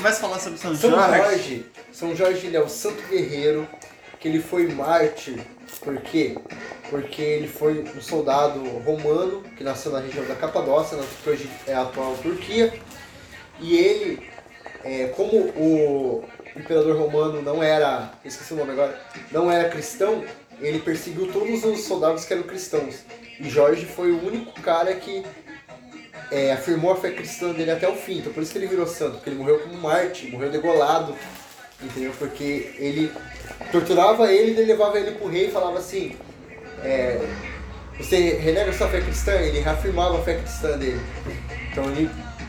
começa a falar sobre São São Jorge. Jorge. São Jorge, ele é o santo guerreiro, que ele foi mártir. Por quê? Porque ele foi um soldado romano, que nasceu na região da Capadócia, que hoje é a atual Turquia. E ele, como o imperador romano não era, esqueci o nome agora, não era cristão, ele perseguiu todos os soldados que eram cristãos. E Jorge foi o único cara que afirmou a fé cristã dele até o fim. Então por isso que ele virou santo, porque ele morreu como mártir, morreu degolado, entendeu? Porque ele torturava ele e levava ele pro rei e falava assim, você renega sua fé cristã? Ele reafirmava a fé cristã dele. Então ele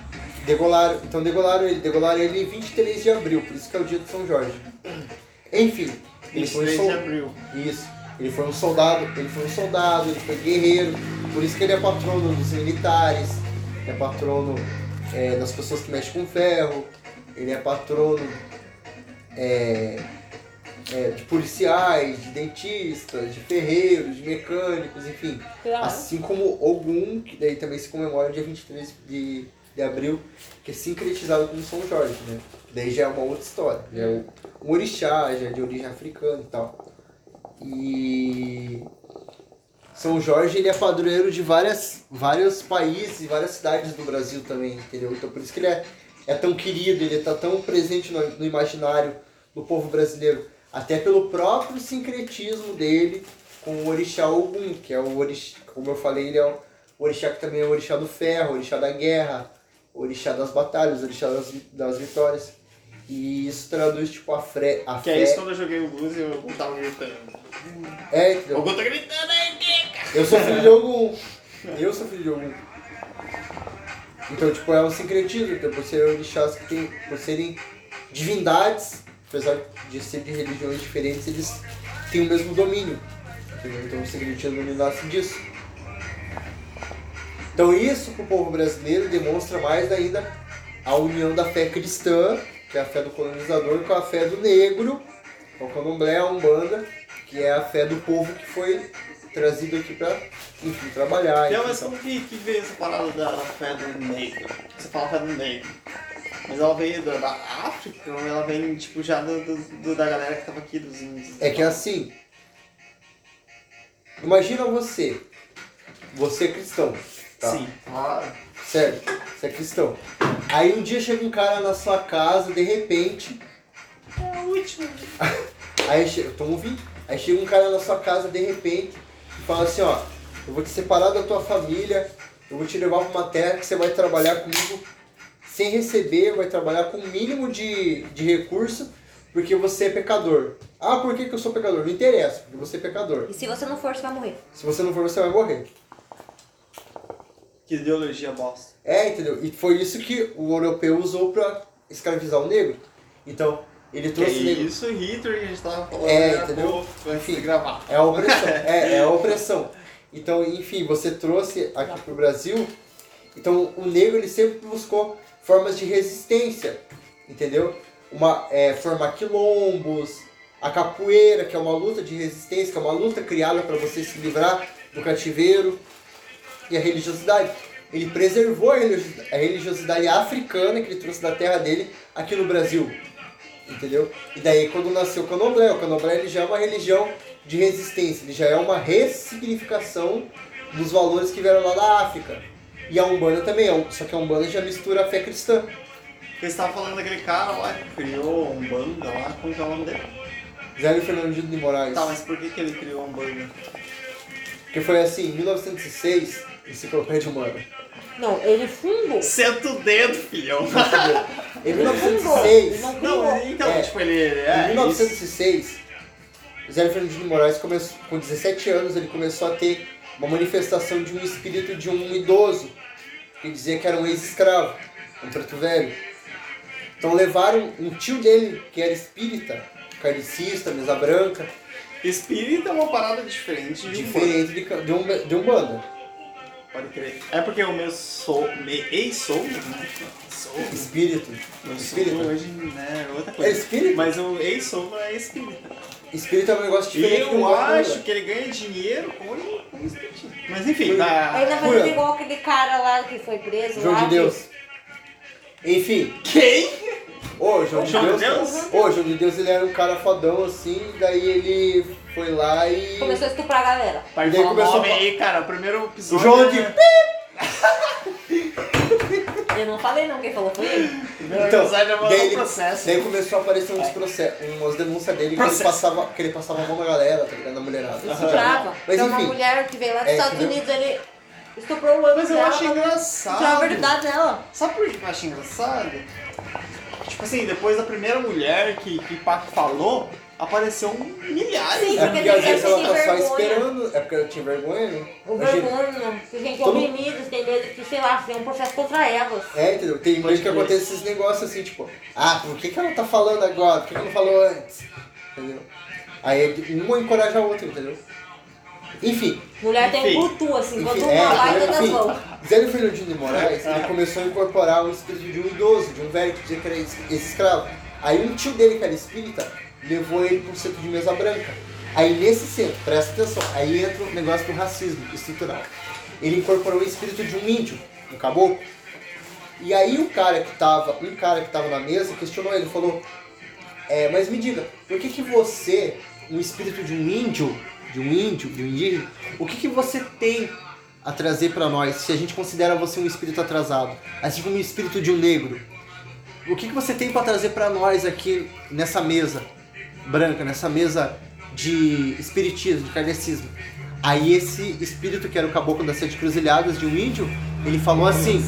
degolaram ele em 23 de abril, por isso que é o dia de São Jorge. Enfim, ele foi 23 de abril. Isso. Ele foi um soldado, ele foi guerreiro, por isso que ele é patrono dos militares, é patrono das pessoas que mexem com ferro, ele é patrono de policiais, de dentistas, de ferreiros, de mecânicos, enfim. Claro. Assim como Ogum, que daí também se comemora dia 23 de abril, que é sincretizado com São Jorge, né? Daí já é uma outra história, já é um orixá, já é de origem africana e tal. E São Jorge, ele é padroeiro de vários países e várias cidades do Brasil também, entendeu? Então por isso que ele é tão querido, ele está tão presente no imaginário do povo brasileiro, até pelo próprio sincretismo dele com o orixá Ogum, que é o orixá, como eu falei, ele é o orixá que também é o orixá do ferro, o orixá da guerra, o orixá das batalhas, o orixá das vitórias. E isso traduz tipo a fé. Que é isso quando eu joguei o blues e eu tava gritando. Entendeu? O Gu tá gritando aí, Kika! Eu sou filho de Ogum. Então, tipo, é um sincretismo, então, por serem orixás por serem divindades, apesar de serem de religiões diferentes, eles têm o mesmo domínio. Entendeu? Então o sincretismo nasce disso. Então isso para o povo brasileiro demonstra mais ainda a união da fé cristã, que é a fé do colonizador, com a fé do negro, que é o candomblé, a umbanda, que é a fé do povo que foi trazido aqui para, enfim, trabalhar. Não, mas como que veio essa parada da fé do negro? Você fala fé do negro, mas ela veio da África ou ela vem tipo já da galera que tava aqui, dos índios? É que assim, imagina você é cristão, tá? Sim, claro. Certo, você é cristão. Aí um dia chega um cara na sua casa, de repente. É o último. Aí chega um cara na sua casa, de repente, e fala assim, ó, eu vou te separar da tua família, eu vou te levar para uma terra que você vai trabalhar comigo sem receber, vai trabalhar com o mínimo de recurso, porque você é pecador. Ah, por que eu sou pecador? Não interessa, porque você é pecador. E se você não for, você vai morrer. Se você não for, você vai morrer. Que ideologia bosta. Entendeu? E foi isso que o europeu usou pra escravizar o negro. Então, ele trouxe o negro. Isso, Hitler, que a gente tava falando Entendeu? antes de gravar. É a opressão. É a opressão. Então, enfim, você trouxe aqui pro Brasil. Então, o negro, ele sempre buscou formas de resistência. Entendeu? Formar quilombos, a capoeira, que é uma luta de resistência, que é uma luta criada para você se livrar do cativeiro. E a religiosidade. Ele preservou a religiosidade africana que ele trouxe da terra dele aqui no Brasil. Entendeu? E daí quando nasceu o candomblé ele já é uma religião de resistência, ele já é uma ressignificação dos valores que vieram lá da África. E a Umbanda também, só que a Umbanda já mistura a fé cristã. Você estava falando daquele cara lá que criou a Umbanda lá, como que é o nome dele? Zélio Fernandino de Moraes. Tá, mas por que ele criou a Umbanda? Porque foi assim, em 1906, enciclopédia humana. Não, ele fundou. Senta o dedo, filhão. Em 1906... Não, então, tipo, ele em 1906, Zélio Fernandino de Moraes começou, com 17 anos, ele começou a ter uma manifestação de um espírito de um idoso, que dizia que era um ex-escravo, um preto velho. Então levaram um tio dele, que era espírita, kardecista, mesa branca. Espírita é uma parada diferente de Umbanda. Pode crer. É porque o meu ex-sou, né? Espírito. Meu Espírito. hoje, né, é outra coisa. É espírito? Mas o ex-sou é espírita. Espírito é um negócio E diferente. eu acho que ele ganha dinheiro com o espiritismo. Mas enfim, Ele tá fazendo igual aquele cara lá que foi preso João lá. de Deus. Enfim. Quem? Ô, o João de João de Deus. Deus? Ô, o João de Deus ele era um cara fodão assim, daí ele foi lá e. Começou a estuprar a galera. Pai, E daí fala o começou nome a- aí, cara. O primeiro O episódio. João de. Eu não falei não, quem falou foi ele. Primeiro Então, episódio é daí, um processo. daí começou a aparecer umas denúncias dele que ele passava a mão na galera, tá ligado? Na mulherada. Estuprava. Mas Então uma enfim. mulher que veio lá dos É, Estados entendeu? Unidos, ele estuprou o ano Mas eu dela. acho Tinha a engraçado. verdade dela. Sabe por que eu acho engraçado? Tipo assim, depois da primeira mulher que Paco falou, apareceu milhares. Sim, É porque porque tem às vezes essa ela de tá só vergonha. esperando. É porque ela tinha vergonha, né? O Imagina. vergonha, que gente Todo- oprimidos, tem medo que, sei lá, tem um processo contra elas. É, entendeu? Tem Pode medo que crer. aconteça esses negócios assim, tipo, por que ela tá falando agora? Por que ela não falou antes? Entendeu? Aí uma encoraja a outra, entendeu? Enfim, Mulher tem Enfim. um brutu, assim, quando enfim, uma vai, todas enfim, vão. Zélio Fernandinho de Moraes, ele começou a incorporar o espírito de um idoso, de um velho que dizia que era ex-escravo. Aí um tio dele, que era espírita, levou ele para um centro de mesa branca. Aí nesse centro, presta atenção, aí entra o negócio do racismo estrutural. Ele incorporou o espírito de um índio, um caboclo. E aí um cara que tava na mesa questionou ele, falou, mas me diga, por que você, um espírito de um índio, de um indígena, o que você tem a trazer para nós, se a gente considera você um espírito atrasado, assim como um espírito de um negro? O que você tem para trazer para nós aqui nessa mesa branca, nessa mesa de espiritismo, de kardecismo? Aí esse espírito, que era o caboclo das 7 cruzilhadas de um índio, ele falou assim,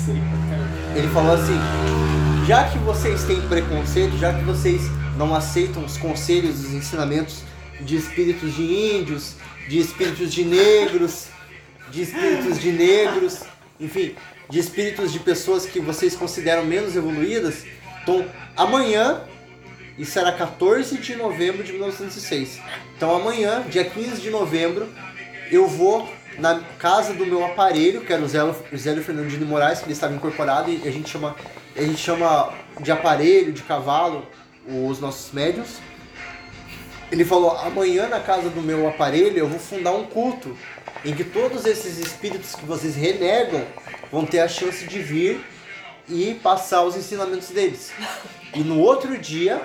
já que vocês têm preconceito, já que vocês não aceitam os conselhos, os ensinamentos de espíritos de índios, de espíritos de negros, enfim, de espíritos de pessoas que vocês consideram menos evoluídas, então amanhã, isso era 14 de novembro de 1906, então amanhã, dia 15 de novembro, eu vou na casa do meu aparelho, que era o Zélio Fernandinho de Moraes, que ele estava incorporado, e a gente chama de aparelho, de cavalo, os nossos médiuns. Ele falou, amanhã na casa do meu aparelho eu vou fundar um culto em que todos esses espíritos que vocês renegam vão ter a chance de vir e passar os ensinamentos deles. E no outro dia,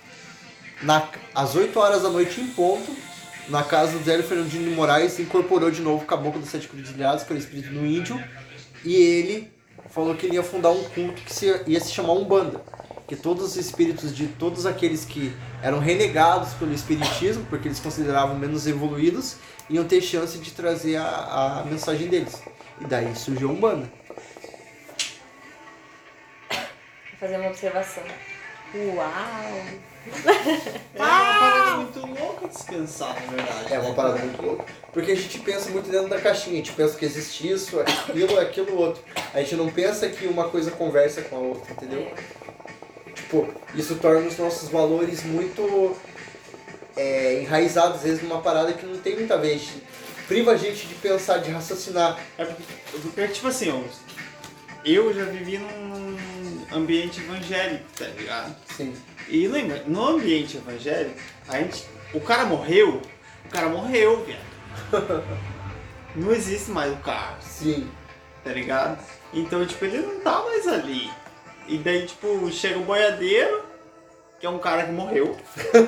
às 8 horas da noite em ponto, na casa do Zélio Fernandinho de Moraes, incorporou de novo o caboclo dos 7 cruzilhadas, que era o espírito do índio, e ele falou que ele ia fundar um culto que ia se chamar Umbanda. Que todos os espíritos de todos aqueles que eram renegados pelo espiritismo, porque eles consideravam menos evoluídos, iam ter chance de trazer a mensagem deles. E daí surgiu a Umbanda. Vou fazer uma observação. Uau! É uma parada muito louca de se pensar, na verdade. É uma parada muito louca. Porque a gente pensa muito dentro da caixinha, a gente pensa que existe isso, aquilo, outro. A gente não pensa que uma coisa conversa com a outra, entendeu? Tipo, isso torna os nossos valores muito enraizados, às vezes, numa parada que não tem muita vez. Priva a gente de pensar, de raciocinar. É porque, tipo assim, ó, eu já vivi num ambiente evangélico, tá ligado? Sim. E lembra, no ambiente evangélico, o cara morreu, viado. Não existe mais o cara, Sim. tá ligado? Então, tipo, ele não tá mais ali. E daí, tipo, chega o boiadeiro, que é um cara que morreu,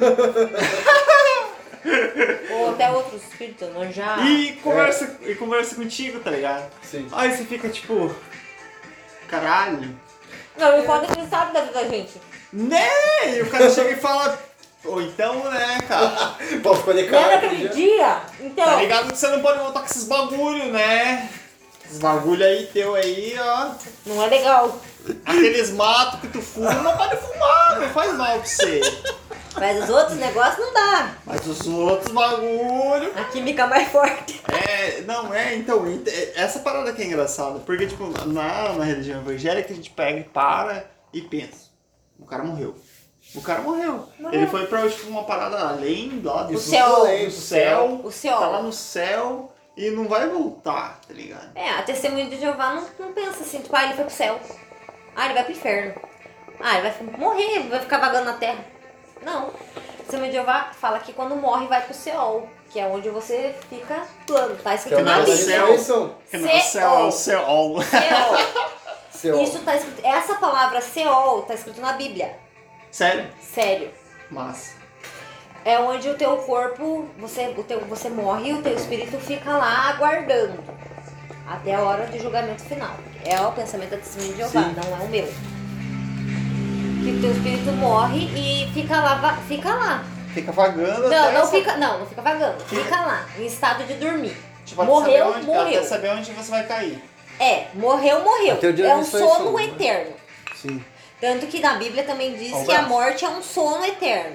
Ou até outros espíritos, não já. e conversa contigo, tá ligado? Sim. Aí você fica tipo, caralho, Não, e foda que ele sabe da vida da gente. né? E o cara chega e fala, ou então, né, cara, Posso escolher Lembra cara aquele dia? Então, tá ligado que você não pode voltar com esses bagulho, né? Esses bagulho aí teu aí, ó. não é legal. Aqueles matos que tu fuma, não pode fumar, não faz mal pra você. Mas os outros negócios não dá. Mas os outros bagulho. A química é mais forte. Então, essa parada que é engraçada, porque, tipo, na religião evangélica a gente pega e para e pensa, o cara morreu. Ele foi pra, tipo, uma parada além lá do céu. do céu. O céu. Tá lá no céu e não vai voltar, tá ligado? A testemunha de Jeová não pensa assim, tipo, ele foi pro céu. Ele vai pro inferno. Ele vai morrer, vai ficar vagando na terra. Não. A testemunha de Jeová fala que quando morre vai pro céu, que é onde você fica plano, tá escrito Que é o na nome da Bíblia. ressurreição. Que não é céu, é o céu. Seol. Seu. Isso tá escrito, essa palavra Seol tá escrito na Bíblia. Sério? Sério. Massa. É onde o teu corpo, você morre e o teu espírito fica lá aguardando. Até a hora do julgamento final. É o pensamento da testemunha de Jeová, Sim. não é o meu. Que o teu espírito morre e fica lá. Fica vagando Não, até não essa- fica vagando. Fica lá, em estado de dormir. Tipo, até Morreu, saber onde, morreu. Até saber onde você vai cair. Morreu. Até o dia É da um ressurreição, sono né? eterno. Sim. Tanto que na Bíblia também diz Ao que a braço. morte é um sono eterno.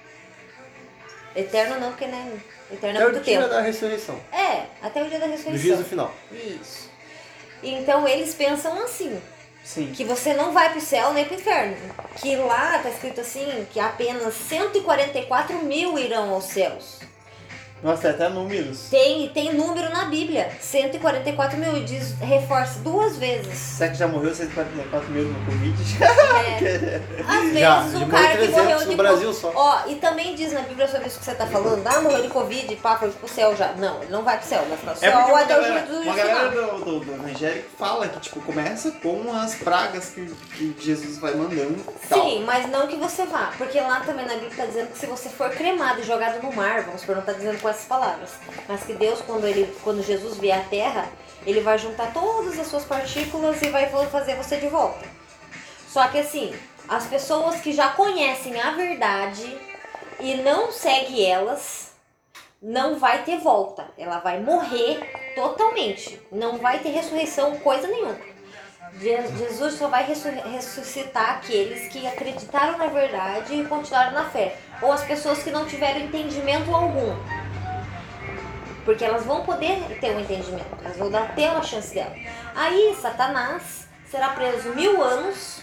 Eterno não, porque né, eterno é Até o muito dia tempo. da ressurreição. Até o dia da ressurreição. Do juízo final. Isso. Então eles pensam assim, Sim. que você não vai pro céu nem pro inferno. Que lá tá escrito assim, que apenas 144 mil irão aos céus. Nossa, tem até números. Tem número na Bíblia, 144 mil, e diz, reforça 2 vezes. Será que já morreu 144 mil no Covid? Às Já, vezes já um cara que 300 morreu no de Brasil só. Ó, e também diz na Bíblia sobre isso que você tá falando, morreu de Covid, pá, foi pro céu já. Não, ele não vai pro céu, ele vai ficar no É céu porque até o dia do uma juízo galera final. do evangélico fala que, tipo, começa com as pragas que Jesus vai mandando e tal. Sim, mas não que você vá, porque lá também na Bíblia tá dizendo que se você for cremado e jogado no mar, vamos supor, não tá dizendo com essas palavras, mas que Deus, quando Jesus vier à Terra, ele vai juntar todas as suas partículas e vai fazer você de volta. Só que assim, as pessoas que já conhecem a verdade e não seguem elas, não vai ter volta. Ela vai morrer totalmente. Não vai ter ressurreição, coisa nenhuma. Jesus só vai ressuscitar aqueles que acreditaram na verdade e continuaram na fé. Ou as pessoas que não tiveram entendimento algum. Porque elas vão poder ter um entendimento. Elas vão ter uma chance dela. Aí Satanás será preso 1000 anos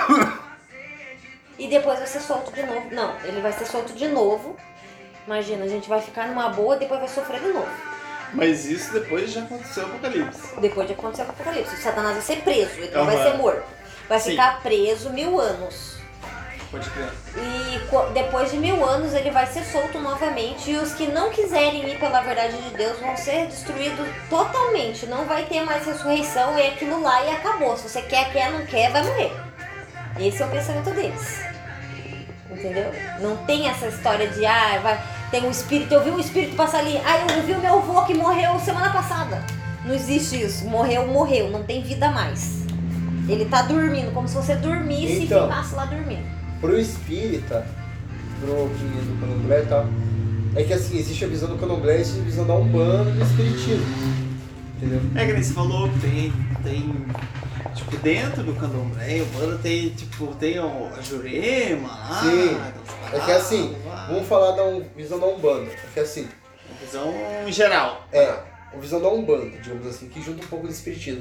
e depois vai ser solto de novo. Não, ele vai ser solto de novo. Imagina, a gente vai ficar numa boa e depois vai sofrer de novo. Mas isso depois já aconteceu o Apocalipse. Depois de acontecer o Apocalipse. O Satanás vai ser preso, ele não vai Aham. ser morto. Vai Sim. ficar preso 1000 anos. Pode crer. E depois de 1000 anos ele vai ser solto novamente. E os que não quiserem ir pela verdade de Deus vão ser destruídos totalmente. Não vai ter mais ressurreição, é aquilo lá e acabou. Se você quer, não quer, vai morrer. Esse é o pensamento deles. Entendeu? Não tem essa história de, tem um espírito, eu vi um espírito passar ali. Eu vi o meu avô que morreu semana passada. Não existe isso. Morreu, não tem vida mais. Ele tá dormindo, como se você dormisse Então. e ficasse lá dormindo. Pro espírita, pro que do candomblé e tal, é que assim, existe a visão do candomblé e existe a visão da Umbanda e do espiritismo. Entendeu? É que nem você falou, tem tipo, dentro do candomblé, o banda tem, tipo, tem a Jurema lá. Sim. aquelas É que assim, paradas lá. vamos falar da visão da Umbanda. É que assim, Visão geral. a visão da Umbanda, digamos assim, que junta um pouco do espiritismo.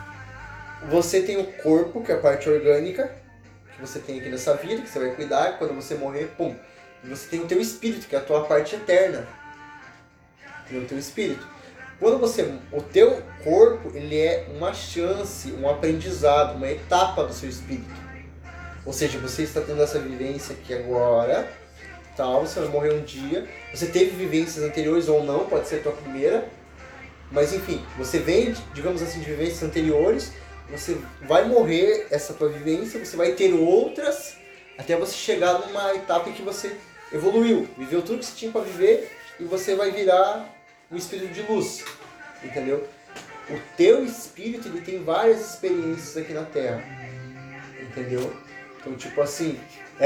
Você tem o corpo, que é a parte orgânica, que você tem aqui nessa vida, que você vai cuidar, quando você morrer, pum. E você tem o teu espírito, que é a tua parte eterna. Entendeu? O teu espírito. Quando o teu corpo, ele é uma chance, um aprendizado, uma etapa do seu espírito. Ou seja, você está tendo essa vivência aqui agora, tal, você vai morrer um dia. Você teve vivências anteriores ou não, pode ser a tua primeira. Mas enfim, você vem, digamos assim, de vivências anteriores, você vai morrer essa tua vivência, você vai ter outras, até você chegar numa etapa em que você evoluiu, viveu tudo que você tinha para viver e você vai virar um espírito de luz, entendeu? O teu espírito, ele tem várias experiências aqui na Terra, entendeu? Então, tipo assim,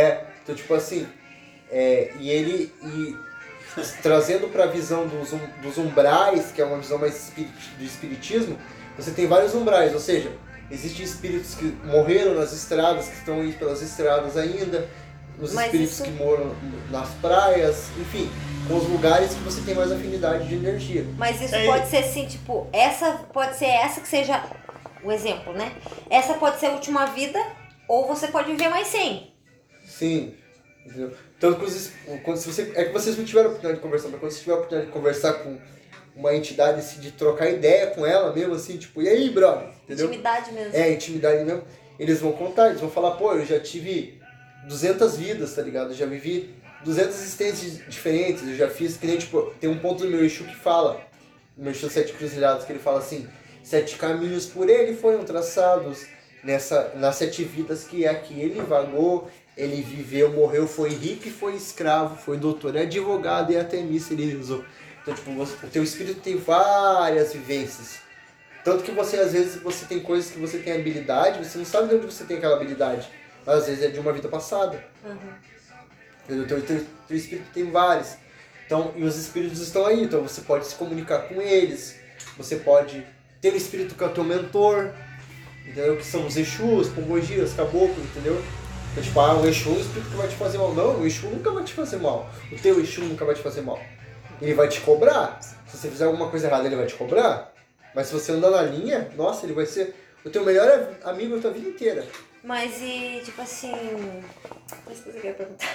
trazendo para a visão dos umbrais, que é uma visão mais do espiritismo, você tem vários umbrais, ou seja, existem espíritos que morreram nas estradas, que estão aí pelas estradas ainda, os Mas espíritos isso- que moram nas praias, enfim, com os lugares que você tem mais afinidade de energia. Mas isso É. pode ser assim, tipo, pode ser essa que seja o exemplo, né? Essa pode ser a última vida, ou você pode viver mais 100. Sim, entendeu? Então, é que vocês não tiveram a oportunidade de conversar, mas quando você tiver a oportunidade de conversar com uma entidade, assim, de trocar ideia com ela mesmo, assim, tipo, e aí, brother? Entendeu? Intimidade mesmo. Intimidade mesmo. Eles vão contar, eles vão falar, pô, eu já tive 200 vidas, tá ligado? Eu já vivi 200 existências diferentes, eu já fiz, que nem, tipo, tem um ponto do meu Exu que fala, no meu Exu 7 Cruzilhadas, que ele fala assim, 7 caminhos por ele foram traçados, nas 7 vidas que aqui ele vagou, ele viveu, morreu, foi rico e foi escravo, foi doutor, é advogado e até missa ele rezou. Então, tipo, o teu espírito tem várias vivências. Tanto que você, às vezes, você tem coisas que você tem habilidade, você não sabe de onde você tem aquela habilidade. Mas às vezes é de uma vida passada. O teu espírito tem vários. Então, e os espíritos estão aí, então você pode se comunicar com eles. Você pode ter um espírito que é o teu mentor, entendeu? Que são os Exus, Pombogiras, Caboclo, entendeu? Então, tipo, o Exu é um espírito que vai te fazer mal. Não, o Exu nunca vai te fazer mal. O teu Exu nunca vai te fazer mal. Ele vai te cobrar. Se você fizer alguma coisa errada, ele vai te cobrar. Mas se você andar na linha, nossa, ele vai ser o teu melhor amigo da tua vida inteira. Mas e, tipo assim... Não sei se você quer perguntar.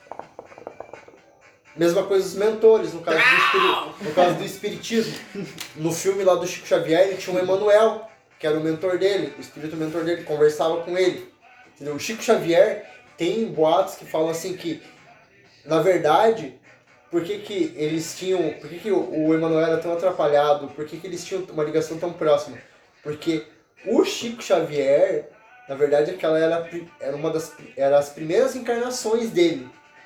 Mesma coisa os mentores, no caso do espiritismo. No filme lá do Chico Xavier, ele tinha um Emmanuel, que era o mentor dele, o espírito mentor dele, conversava com ele. Entendeu? O Chico Xavier tem boatos que falam assim que, na verdade, por que eles tinham... Por que o Emmanuel era tão atrapalhado? Por que eles tinham uma ligação tão próxima? Porque o Chico Xavier, na verdade, aquela era as primeiras encarnações dele.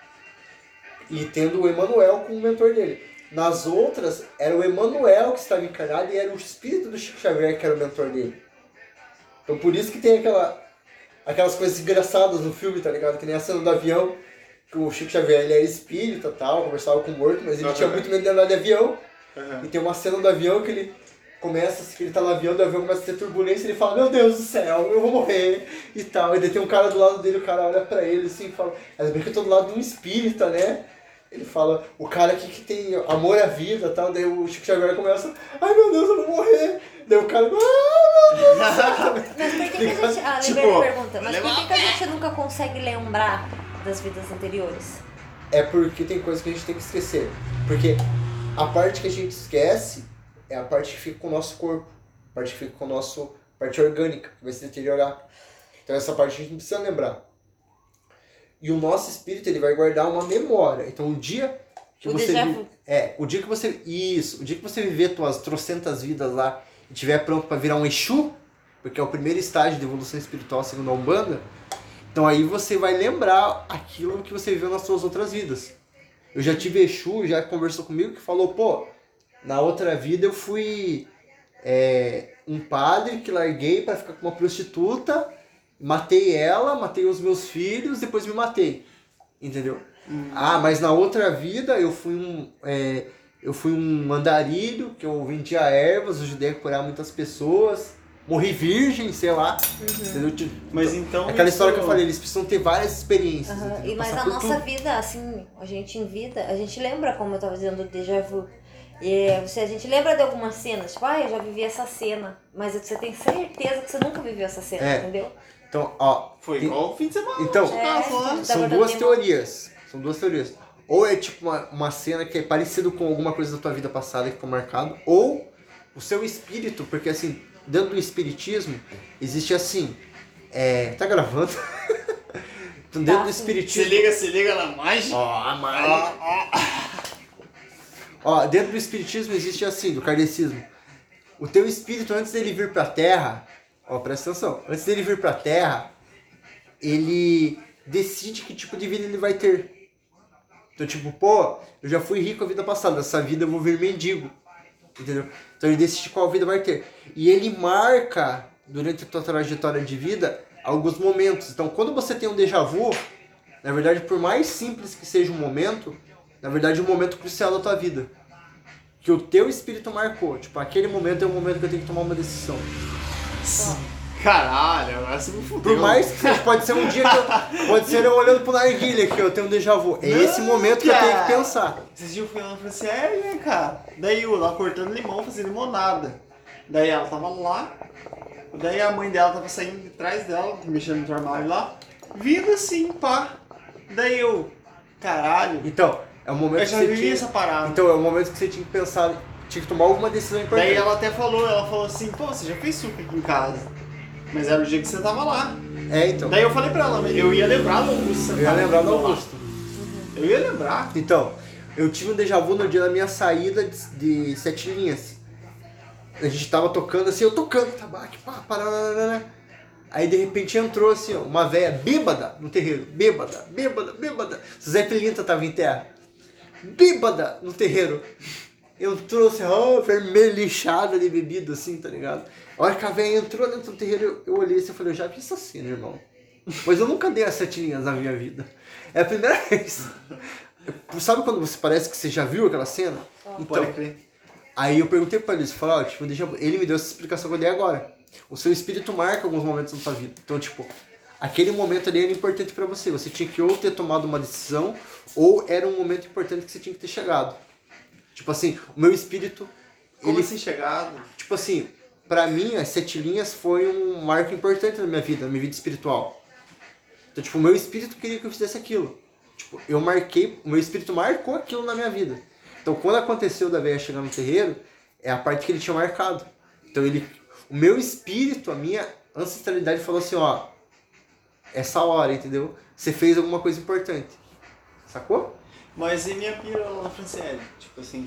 E tendo o Emmanuel como mentor dele. Nas outras, era o Emmanuel que estava encarnado e era o espírito do Chico Xavier que era o mentor dele. Então por isso que tem aquelas coisas engraçadas no filme, tá ligado? Que nem a cena do avião, que o Chico Xavier ele era espírita e tal, conversava com o morto, mas ele tinha muito medo de andar de avião. E tem uma cena do avião que ele começa, que ele tá no avião, do avião começa a ter turbulência, ele fala, meu Deus do céu, eu vou morrer e tal. E daí tem um cara do lado dele, o cara olha pra ele assim e fala, ainda bem que eu tô do lado de um espírita, né? Ele fala, o cara aqui que tem amor à vida e tal, daí o Chico Xavier começa, ai meu Deus, eu vou morrer. Daí o cara, ah meu Deus do céu. Mas por que a gente... lembrei da pergunta. Mas por que a gente nunca consegue lembrar das vidas anteriores? É porque tem coisas que a gente tem que esquecer. Porque a parte que a gente esquece é a parte que fica com o nosso corpo. A parte que fica com a nossa parte orgânica, que vai se deteriorar. Então essa parte a gente não precisa lembrar. E o nosso espírito, ele vai guardar uma memória. Então o dia que você... o dia que você... Isso. O dia que você viver tuas trocentas vidas lá e estiver pronto para virar um Exu, porque é o primeiro estágio de evolução espiritual segundo a Umbanda, então aí você vai lembrar aquilo que você viveu nas suas outras vidas. Eu já tive Exu, já conversou comigo, que falou, pô, na outra vida eu fui um padre que larguei para ficar com uma prostituta, matei ela, matei os meus filhos, depois me matei. Entendeu? Ah, mas na outra vida eu fui um andarilho, que eu vendia ervas, ajudei a curar muitas pessoas, morri virgem, sei lá. Entendeu? Mas então... Aquela história que eu falei, eles precisam ter várias experiências. Mas a nossa vida, assim, a gente em vida, a gente lembra, como eu tava dizendo, do déjà vu. E a gente lembra de algumas cenas, tipo, eu já vivi essa cena, mas você tem certeza que você nunca viveu essa cena, entendeu? Então, ó... Foi igual o fim de semana. Então, são duas teorias. São duas teorias. Ou é tipo uma cena que é parecido com alguma coisa da tua vida passada que ficou marcado, ou o seu espírito, porque assim, dentro do espiritismo, existe assim... tá gravando? Então, dentro do espiritismo... Se liga na mágica. A mágica. Ó, dentro do espiritismo existe assim, do kardecismo. O teu espírito, antes dele vir pra Terra... Ó, presta atenção. Antes dele vir pra Terra, ele decide que tipo de vida ele vai ter. Então, tipo, pô, eu já fui rico a vida passada, essa vida eu vou vir mendigo. Entendeu? Então ele decide qual vida vai ter. E ele marca, durante a tua trajetória de vida, alguns momentos. Então, quando você tem um déjà vu, na verdade, por mais simples que seja um momento, na verdade, é um momento crucial da tua vida. Que o teu espírito marcou. Tipo, aquele momento é o momento que eu tenho que tomar uma decisão. Caralho, agora você me fudeu. Por mais que seja, pode ser um dia que pode ser eu olhando pro narguilha que eu tenho um déjà vu. É esse momento que eu tenho que pensar. Esses dias eu fui lá e falei assim, né, cara? Daí eu lá cortando limão, fazendo limonada. Daí ela tava lá, daí a mãe dela tava saindo de trás dela, mexendo no armário lá, vindo assim, pá. Daí eu, caralho. Então, é o momento eu já que você vivi tinha... essa parada. Então, é o momento que você tinha que pensar, tinha que tomar alguma decisão importante. Daí ela até falou, assim, pô, você já fez suco aqui em casa. Mas era o dia que você tava lá. Então. Daí eu falei pra ela, eu ia lembrar do Augusto. Eu ia lembrar do Augusto. Eu ia lembrar. Então, eu tive um déjà vu no dia da minha saída de 7 linhas. A gente tava tocando assim, eu tocando tabaco, pá, parará. Aí de repente entrou assim, ó, uma véia bêbada no terreiro. Bêbada. Zé Pilinta tava em terra. Bêbada no terreiro. Entrou assim, ó, vermelha, lixada de bebida, assim, tá ligado? A hora que a véia entrou dentro do terreiro, eu olhei assim e falei, eu já vi essa cena, irmão. Mas eu nunca dei as 7 linhas na minha vida. É a primeira vez. Sabe quando você parece que você já viu aquela cena? Então, Pode crer. aí eu perguntei pra ele, falei, ó, tipo, ele me deu essa explicação que eu dei agora. O seu espírito marca alguns momentos na sua vida. Então, tipo, aquele momento ali era importante pra você. Você tinha que ou ter tomado uma decisão, ou era um momento importante que você tinha que ter chegado. Tipo assim, o meu espírito... Como assim chegado? Tipo assim, pra mim, as 7 linhas foi um marco importante na minha vida espiritual. Então, tipo, o meu espírito queria que eu fizesse aquilo. Tipo, eu marquei, o meu espírito marcou aquilo na minha vida. Então, quando aconteceu da véia chegar no terreiro, é a parte que ele tinha marcado. Então, o meu espírito, a minha ancestralidade falou assim, ó, essa hora, entendeu? Você fez alguma coisa importante. Sacou? Mas e minha pílula, Franciele? Tipo assim...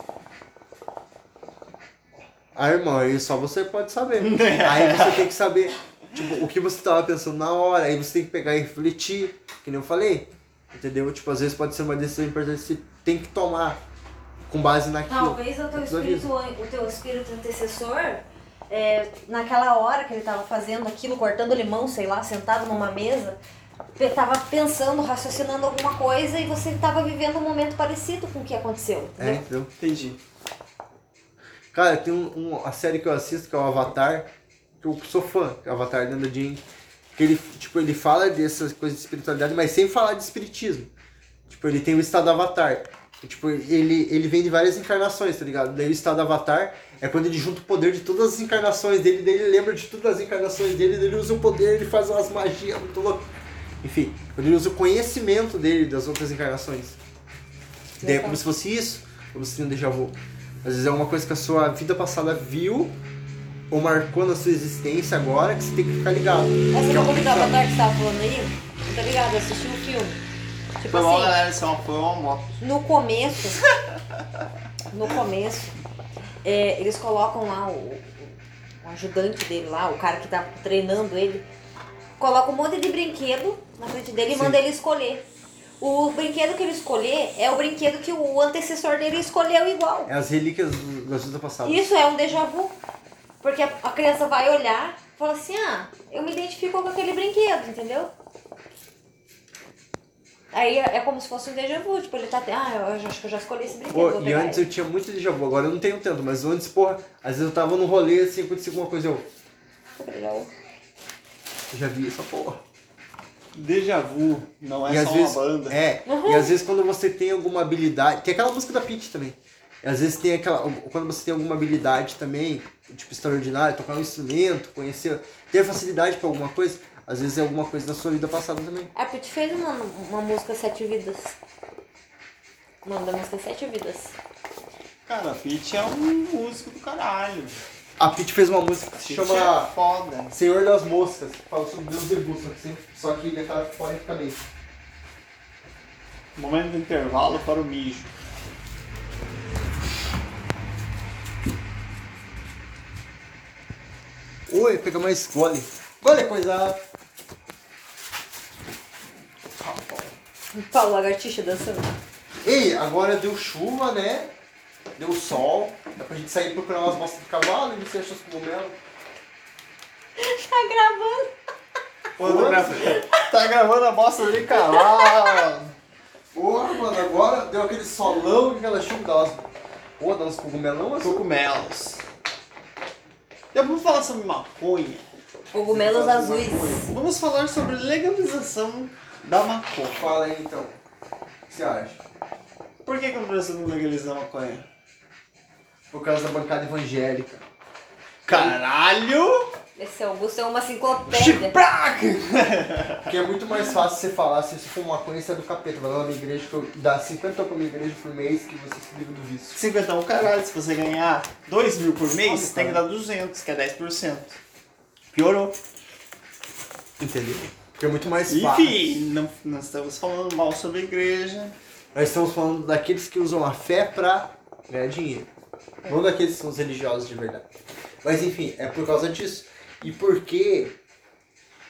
Ah, irmão, aí só você pode saber. Aí você tem que saber, tipo, o que você tava pensando na hora, aí você tem que pegar e refletir, que nem eu falei. Entendeu? Tipo, às vezes pode ser uma decisão importante que você tem que tomar com base naquilo. Talvez o teu espírito antecessor, naquela hora que ele estava fazendo aquilo, cortando limão, sei lá, sentado numa mesa, estava pensando, raciocinando alguma coisa e você estava vivendo um momento parecido com o que aconteceu. Entendeu? Entendeu? Entendi. Cara, tem a série que eu assisto, que é o Avatar, que eu sou fã, que é o Avatar dentro da Jane, que ele fala dessas coisas de espiritualidade, mas sem falar de espiritismo. Tipo, ele tem o estado Avatar. E, tipo, ele vem de várias encarnações, tá ligado? Daí o estado Avatar é quando ele junta o poder de todas as encarnações dele, daí ele lembra de todas as encarnações dele, daí ele usa o poder, ele faz umas magias muito loucas. Enfim, quando ele usa o conhecimento dele das outras encarnações. Daí é como se fosse isso, como se fosse um déjà vu. Às vezes é uma coisa que a sua vida passada viu ou marcou na sua existência agora que você tem que ficar ligado. Essa bagulho do Avatar que você tava falando aí, tá ligado? Eu assisti um filme. Tipo Foi mal, assim, galera, isso foi uma moto. no começo, eles colocam lá o ajudante dele lá, o cara que tá treinando ele, coloca um monte de brinquedo na frente dele e Sim. manda ele escolher. O brinquedo que ele escolher é o brinquedo que o antecessor dele escolheu igual. É as relíquias da vida passada. Isso é um déjà vu. Porque a criança vai olhar e fala assim, eu me identifico com aquele brinquedo, entendeu? Aí é como se fosse um déjà vu, tipo, ele tá eu acho que eu já escolhi esse brinquedo. Pô, vou e pegar antes ele. eu tinha muito déjà vu, agora eu não tenho tanto, mas antes, porra, às vezes eu tava num rolê assim, acontecia alguma coisa, eu já vi essa porra. Déjà vu não é E só às uma vezes, banda. e às vezes quando você tem alguma habilidade, tem aquela música da Pitty também, e às vezes tem quando você tem alguma habilidade também, tipo extraordinária, tocar um instrumento, conhecer, ter facilidade pra alguma coisa, às vezes é alguma coisa da sua vida passada também. A Pitty fez uma música 7 Vidas. O nome da música é 7 Vidas. Cara, a Pitty é um músico do caralho. A Pitty fez uma música que se Pitty chama é foda. Senhor das Moscas, que fala sobre Deus debuts, só que metaforicamente. Momento de intervalo para o mijo. Oi, pega mais gole. Gole é coisa. Paulo Lagartixa dançando. Ei, agora deu chuva, né? Deu sol. Dá pra gente sair procurar umas bostas de cavalo e você acha os cogumelos. Tá gravando. Tá gravando a bosta de cavalo. Porra, mano, agora deu aquele solão e aquela chuva. Dá uns cogumelão assim. Cogumelos. Já vamos falar sobre maconha. Cogumelos azuis. Vamos falar sobre legalização da maconha. Fala aí então. O que você acha? Por que o Brasil não legaliza a maconha? Por causa da bancada evangélica. Caralho! Esse Augusto é uma enciclopédia. Porque é muito mais fácil você falar, se você for maconha, você é do capeta. Vai lá na minha igreja que eu dá 50 pra minha igreja por mês que você se livra do vício. 50 é um caralho, se você ganhar 2 mil por mês, Olha, tem que cara. dar 200, que é 10%. Piorou. Entendeu? Porque é muito mais fácil. Enfim, não estamos falando mal sobre a igreja. Nós estamos falando daqueles que usam a fé pra ganhar dinheiro. Não daqueles que são os religiosos de verdade. Mas enfim, é por causa disso. E porque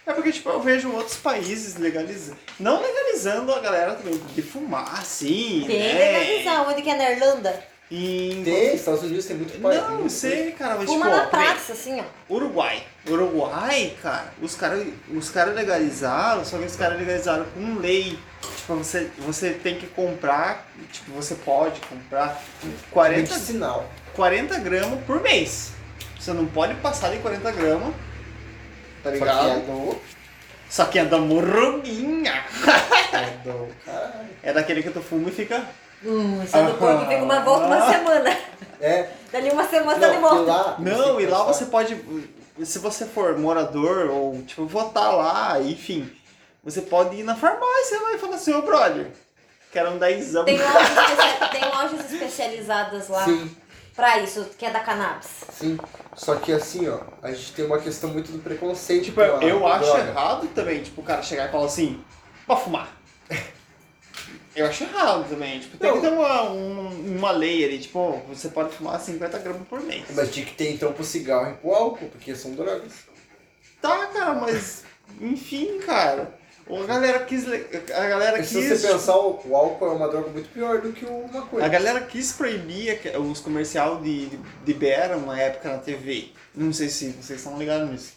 É porque, tipo, eu vejo outros países legalizando. Não legalizando a galera também de fumar, assim, Tem né? legalização, onde que é na Irlanda? Em... Estados Unidos tem muito país. Não, eu sei, cara, mas Fuma tipo, na ó, que nem praça, assim, ó. Uruguai, cara, os cara legalizaram, só que os caras legalizaram com lei. Tipo, você tem que comprar, tipo, você pode comprar 40 Medicinal. 40 gramas por mês. Você não pode passar de 40 gramas, tá Só ligado? que é do... Só que é da morroguinha. É do... Caralho. É daquele que tu fuma e fica... Isso é do corpo, fica uma volta uma semana. É. Dali uma semana tá de Não, e volta. lá... Não, e lá pensar- você pode... Se você for morador ou, tipo, votar lá, enfim... Você pode ir na farmácia e falar assim, ô brother, quero um 10. Tem lojas especializadas lá Sim, pra isso, que é da cannabis. sim. Só que assim, ó, a gente tem uma questão muito do preconceito. Tipo, pela eu acho droga. errado também, tipo, o cara chegar e falar assim, pra fumar. Eu acho errado também, tipo, tem Não. que ter uma lei ali, tipo, você pode fumar 50 gramas por mês. Mas tinha que ter então pro cigarro e pro álcool, porque são drogas. Tá, cara, mas, enfim, cara, a galera quis, E se você pensar, o álcool é uma droga muito pior do que o maconha. a galera quis proibir os comercial de Beera uma época na TV. Não sei se vocês estão ligados nisso.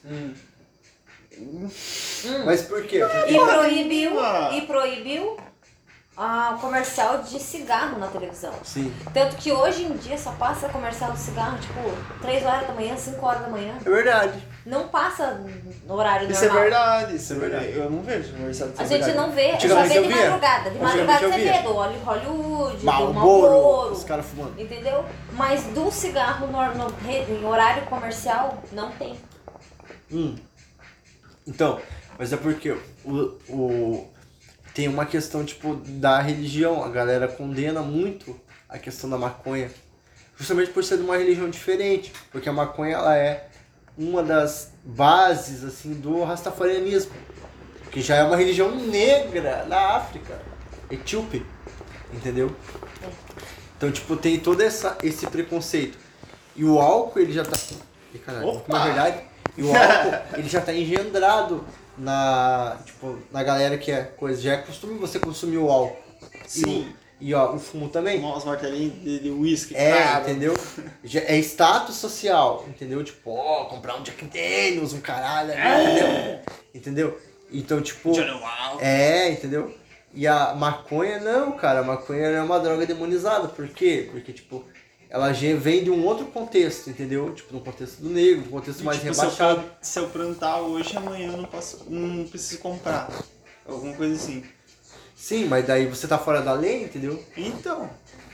Mas por quê? Porque E proibiu o comercial de cigarro na televisão. Sim. Tanto que hoje em dia só passa comercial de cigarro, tipo, 3 horas da manhã, 5 horas da manhã. É verdade. Não passa no horário Isso é normal. verdade, isso é verdade. Eu não vejo comercial de A TV. gente não vê, só Antigamente vê eu de via. madrugada. De Antigamente madrugada eu você via. vê do Hollywood, do Marlboro, Marlboro, os caras fumando. entendeu? Mas do cigarro em horário comercial, não tem. Então, mas é porque tem uma questão, tipo, da religião. A galera condena muito a questão da maconha. Justamente por ser de uma religião diferente. Porque a maconha, ela é uma das bases, assim, do rastafarianismo. Que já é uma religião negra da África. Etíope. Entendeu? Então, tipo, tem todo esse preconceito. E o álcool, ele já tá... Ih, caralho, Opa! na verdade... E o álcool, ele já tá engendrado na galera que é coisa. Já é costume você consumir o álcool. Sim. E ó, o fumo também. Tomar uns martelinhos de uísque, É, cara. entendeu? Já é status social, entendeu? Tipo, ó, comprar um Jack Daniels, um caralho, entendeu? Entendeu? Então, tipo... Johnny Walker. Entendeu? E a maconha, não, cara. A maconha é uma droga demonizada. Por quê? Porque, tipo, ela já vem de um outro contexto, entendeu? Tipo, no contexto do negro, um contexto mais Tipo, rebaixado. se eu plantar hoje, amanhã eu não preciso comprar. Alguma coisa assim. Sim, mas daí você tá fora da lei, entendeu? Então,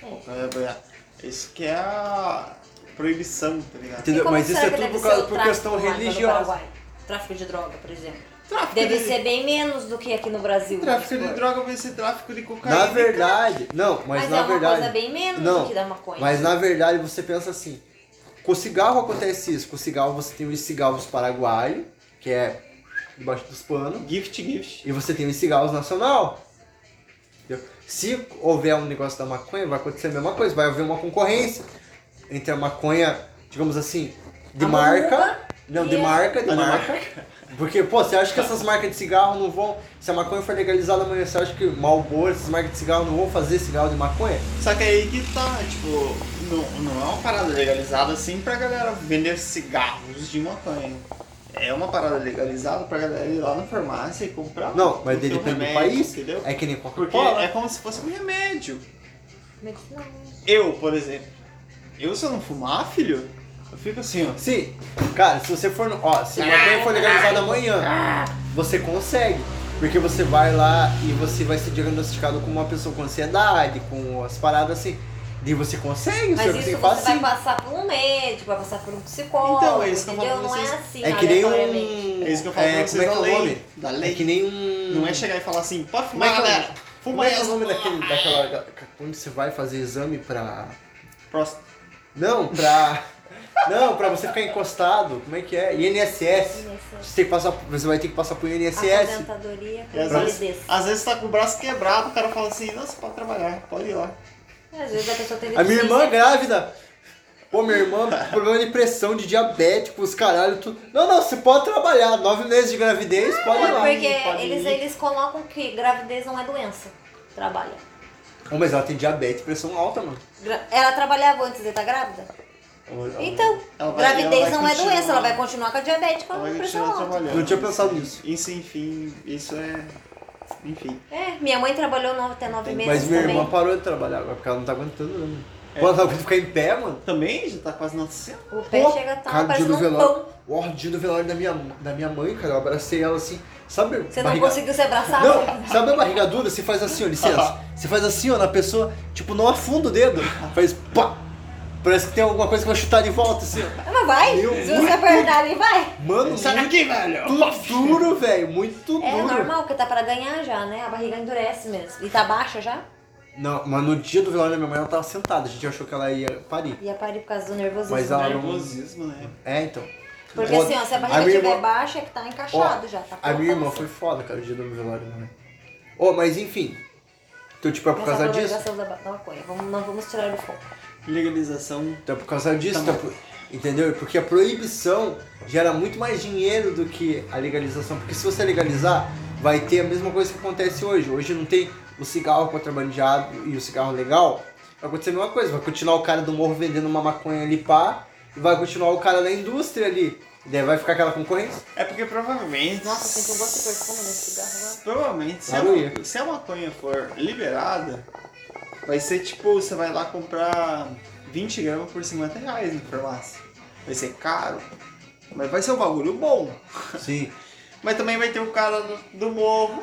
isso que é a proibição, tá ligado? Entendeu? E como Mas isso será é que tudo deve por causa ser o por tráfico questão lá no religiosa. Paraguai? Tráfico de droga, por exemplo. Tráfico Deve de, ser bem menos do que aqui no Brasil. tráfico de vamos supor. droga vai ser tráfico de cocaína. Na e crack. verdade, não, mas na é uma verdade. coisa bem menos não, do que da maconha. mas na verdade você pensa assim. Com o cigarro acontece isso. Com o cigarro você tem os cigarros paraguaios, que é debaixo dos panos. Gift. E você tem os cigarros nacional. Entendeu? Se houver um negócio da maconha, vai acontecer a mesma coisa. Vai haver uma concorrência entre a maconha, digamos assim, de A marca. muvuca Não, e de a- marca, A de marca. Porque, pô, você acha que essas marcas de cigarro não vão... Se a maconha for legalizada amanhã, você acha que Marlboro, essas marcas de cigarro não vão fazer cigarro de maconha? Só que aí que tá, tipo, não é uma parada legalizada assim pra galera vender cigarros de maconha. É uma parada legalizada pra galera ir lá na farmácia e comprar. Não, mas o seu depende do remédio, país. entendeu? É que nem Porque Coca-Cola. é como se fosse um remédio. Medicinal. Eu, por exemplo, se eu não fumar, filho, eu fico assim, ó. Sim, cara, se você for... Ó, se a maconha for legalizada amanhã, você consegue. Porque você vai lá e você vai ser diagnosticado como uma pessoa com ansiedade, com as paradas assim. E você consegue, Mas você isso faz você vai assim. passar por um médico, vai passar por um psicólogo, Então, é isso que eu entendeu? falo pra Não é vocês. assim, É que nem aleatoriamente. É isso que eu falo pra como vocês é que da é o lei. nome? Da lei. É que nem um... Não é chegar e falar assim, pode Como é fumar, que é o galera. nome? Fuma Como é que é o essa nome porra. daquela... Quando você vai fazer exame pra... Próximo. Não, pra você ficar encostado, como é que é? INSS. Você vai ter que passar por INSS. Aposentadoria E com validez. às vezes tá com o braço quebrado, o cara fala assim, nossa, pode trabalhar, pode ir lá. Às vezes a pessoa tem A minha irmã deficiência. grávida. Pô, minha irmã, problema de pressão, de diabético, os caralho, tudo. Não, você pode trabalhar, 9 meses de gravidez, pode ir lá. Porque pode ir. eles colocam que gravidez não é doença. Trabalha. Oh, mas ela tem diabetes e pressão alta, mano. Ela trabalhava antes de estar grávida? Então, ela gravidez vai não é continuar. doença, ela vai continuar com a diabetes com Ela a vai pressão continuar alta. trabalhando. Não tinha pensado nisso. Isso, enfim, isso é... Enfim. Minha mãe trabalhou até 9 meses Mas minha também. irmã parou de trabalhar agora, porque ela não tá aguentando, né, mano? Pô, ela tá aguentando ficar em pé, mano. Também já tá quase nascendo. O pé Pô, chega a estar cara, dia parecendo do um velório. pão. Ó, dia do velório da minha mãe, cara, eu abracei ela assim, sabe? Você não conseguiu se abraçar? Não, sabe a barriga dura? Você faz assim, ó, licença. Você faz assim, ó, na pessoa, tipo, não afunda o dedo. Faz pá. Parece que tem alguma coisa que vai chutar de volta, assim, ó. Mas vai, Meu, se você apertar ali, vai. Mano, Sai daqui, velho! muito duro, velho, muito duro. É normal, porque tá pra ganhar já, né? A barriga endurece mesmo. E tá baixa já? Não, mas no dia do velório da minha mãe, ela tava sentada. A gente achou que ela ia parir. Ia parir por causa do nervosismo. Mas ela não- Nervosismo, né? É, então. Porque Pô, assim, ó, se a a barriga minha estiver irmã- baixa, é que tá encaixado Ó, já. Tá a minha irmã colocando foi assim. foda, cara, o dia do meu velório da minha mãe. Ô, mas enfim. Então, tipo, é por Essa causa disso. legalização da maconha. Não vamos tirar do foco. Legalização. Então, é por causa disso, Tá então, entendeu? Porque a proibição gera muito mais dinheiro do que a legalização. Porque se você legalizar, vai ter a mesma coisa que acontece hoje. Hoje não tem o cigarro contrabandeado e o cigarro legal. Vai acontecer a mesma coisa. Vai continuar o cara do morro vendendo uma maconha ali, pá. E vai continuar o cara da indústria ali. E daí vai ficar aquela concorrência. É porque provavelmente... Nossa, eu sinto um gosto de perfume nesse cigarro agora. Provavelmente, Aleluia. se a maconha for liberada, vai ser tipo, você vai lá comprar 20 gramas por 50 reais na farmácia. Vai ser caro, mas vai ser um bagulho bom. Sim. Mas também vai ter o cara do morro,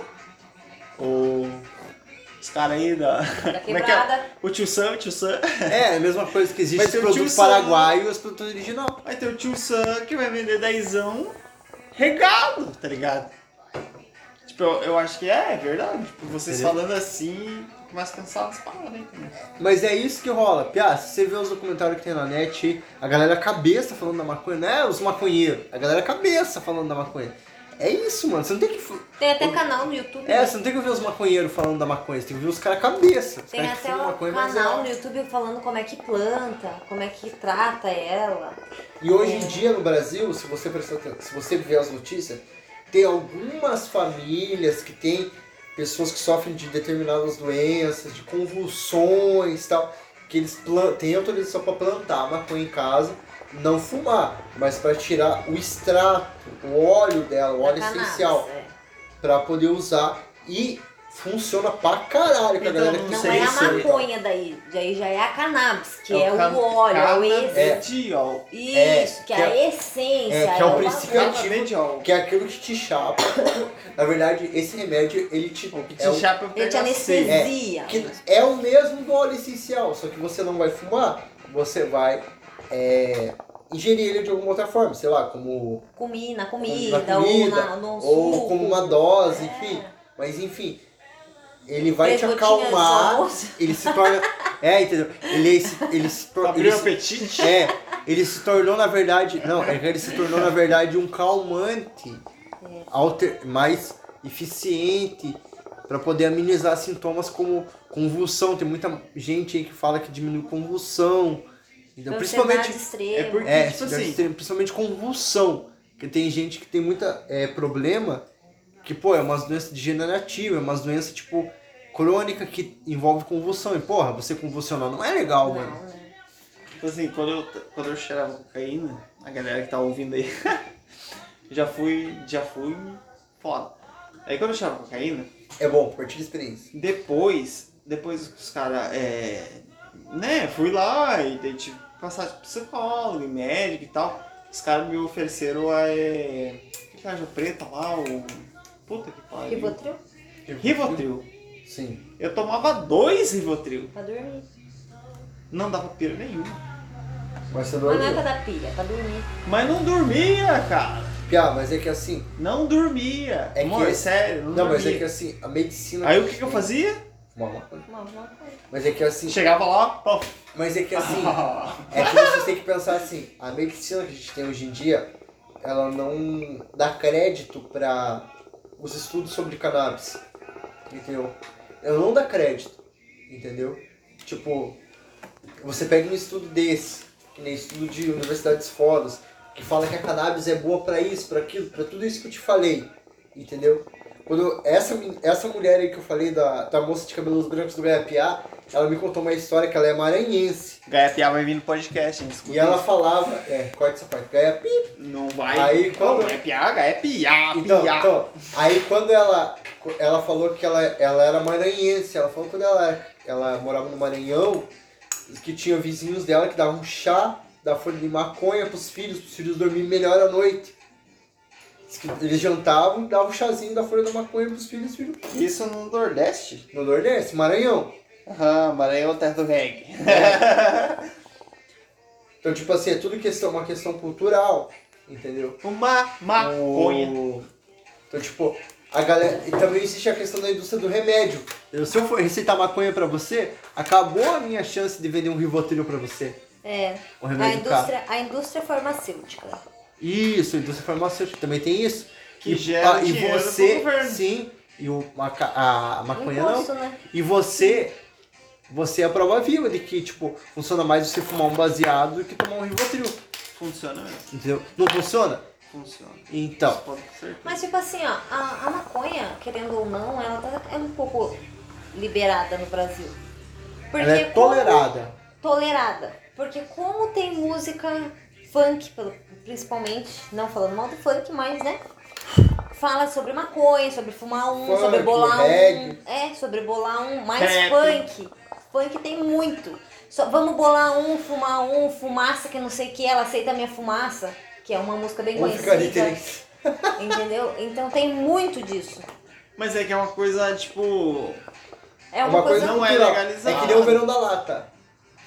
os caras aí da... Como é que é? quebrada. O tio Sam. É a mesma coisa que existe Vai os ter o produtos tio Sam. paraguaios e os produtos original. Vai ter o tio Sam que vai vender 10ão regado, tá ligado? Tipo, eu acho que é verdade. Tipo, vocês Entendeu? falando assim, começa a pensar nas paradas, entendeu? Mas é isso que rola. Piá, se você vê os documentários que tem na net, a galera cabeça falando da maconha, não é os maconheiros, a galera cabeça falando da maconha. É isso, mano. Você não tem que. Tem até canal no YouTube. É, você não tem que ouvir os maconheiros falando da maconha, você tem que ouvir os caras cabeça. Os Tem caras que até fumam um maconha, mas canal é- no YouTube falando como é que planta, como é que trata ela. E hoje em dia no Brasil, se você prestar atenção, se você ver as notícias, tem algumas famílias que tem pessoas que sofrem de determinadas doenças, de convulsões e tal, que eles têm autorização para plantar maconha em casa, não fumar, mas para tirar o extrato, o óleo dela, o óleo da cannabis, essencial, é. para poder usar e funciona pra caralho com a Então, galera que Não sei é a se- maconha daí já é a cannabis, que é, o o óleo, é o canabidiol. Isso, que é a que é- essência. que é o bagulho. princípio ativo. Canabidiol. Que é aquilo que te chapa. Na verdade, esse remédio, ele te... O que é te o- chapa Ele te pega anestesia. que é o mesmo do óleo essencial, só que você não vai fumar, você vai ingerir ele de alguma outra forma, sei lá, como Na na comida, comida, ou no ou suco. como uma dose, É. enfim. Mas enfim, ele vai te Três gotinhas de acalmar, almoço. ele se torna... entendeu? Ele se torna... Abriu o apetite. Ele se tornou, na verdade... Não, é que ele se tornou, na verdade, um calmante mais eficiente para poder amenizar sintomas como convulsão. Tem muita gente aí que fala que diminui convulsão. Então, Ansiedade principalmente... extrema. É porque, tipo ansiedade assim, extrema, principalmente convulsão. Porque tem gente que tem muita problema que, pô, é umas doenças degenerativas, é umas doenças, tipo, crônica que envolve convulsão. E, porra, você convulsionar não é legal, mano. Não, né? tipo assim, quando eu cheirava cocaína, a galera que tá ouvindo aí, já fui foda. Aí quando eu cheirava cocaína, É bom, partilha de experiência. depois que os caras, né, fui lá e daí tive que passar de psicólogo e médico e tal. Os caras me ofereceram que tarja preta lá, o... Puta que pariu. Rivotril Rivotril. Sim. Eu tomava 2 Rivotril. pra dormir. Não dava pira nenhuma. Mas você Mas não é dormiu. pra dar pilha, é pra dormir. Mas não dormia, cara. Piá, mas é que assim... Não dormia. É Amor, que- sério, não, Não, dormia. mas é que assim, a medicina... Aí o que eu fazia? Fumar maconha. Uma coisa. Mas é que assim... Chegava lá, ó. Mas é que assim... É que vocês têm que pensar assim, a medicina que a gente tem hoje em dia, ela não dá crédito para os estudos sobre cannabis, entendeu? Ela não dá crédito, entendeu? Tipo, você pega um estudo desse, que nem estudo de universidades fodas, que fala que a cannabis é boa pra isso, pra aquilo, pra tudo isso que eu te falei, entendeu? Quando essa mulher aí que eu falei, da moça de cabelos brancos do Gaiapiá, ela me contou uma história que ela é maranhense. Gaiapiá vai vir no podcast, hein? Escuta E ela isso. falava, corta essa parte, Gaiapi. Não vai. Aí quando- Gaiapiá, Então, aí quando ela falou que ela era maranhense, ela falou que quando ela morava no Maranhão, que tinha vizinhos dela que davam chá da folha de maconha pros filhos dormirem melhor à noite. Diz que eles jantavam e davam chazinho da folha da maconha pros filhos Isso no Nordeste? no Nordeste, Maranhão. Aham, Maranhão é terra do reggae. Então, tipo assim, é tudo uma questão cultural, entendeu? Uma maconha. Então, tipo, a galera. E também existe a questão da indústria do remédio. Se eu for receitar maconha pra você, acabou a minha chance de vender um Rivotril pra você. É. O remédio caro. A indústria farmacêutica. Isso, a indústria farmacêutica também tem isso. Que gera e dinheiro você, pro governo. sim, e a maconha Imposto, não. né? E você é a prova viva de que, tipo, funciona mais você fumar um baseado do que tomar um Rivotril. Funciona mesmo. Entendeu? Não funciona? Funciona. Então. Isso pode ter certeza. Mas tipo assim, ó, a maconha, querendo ou não, ela é um pouco liberada no Brasil. Porque Ela é tolerada. Tolerada. Porque como tem música funk, principalmente, não falando mal do funk, mas, né? Fala sobre maconha, sobre fumar Funk, sobre bolar reggae. sobre bolar mais Rap. funk. Funk tem muito. Vamos bolar fumaça que não sei o que, ela aceita a minha fumaça, que é uma música bem Vamos ficar de conhecida. três. Entendeu? Então tem muito disso. Mas é que é uma coisa, tipo... É uma coisa. não é cultural. legalizado. É que nem o verão da lata.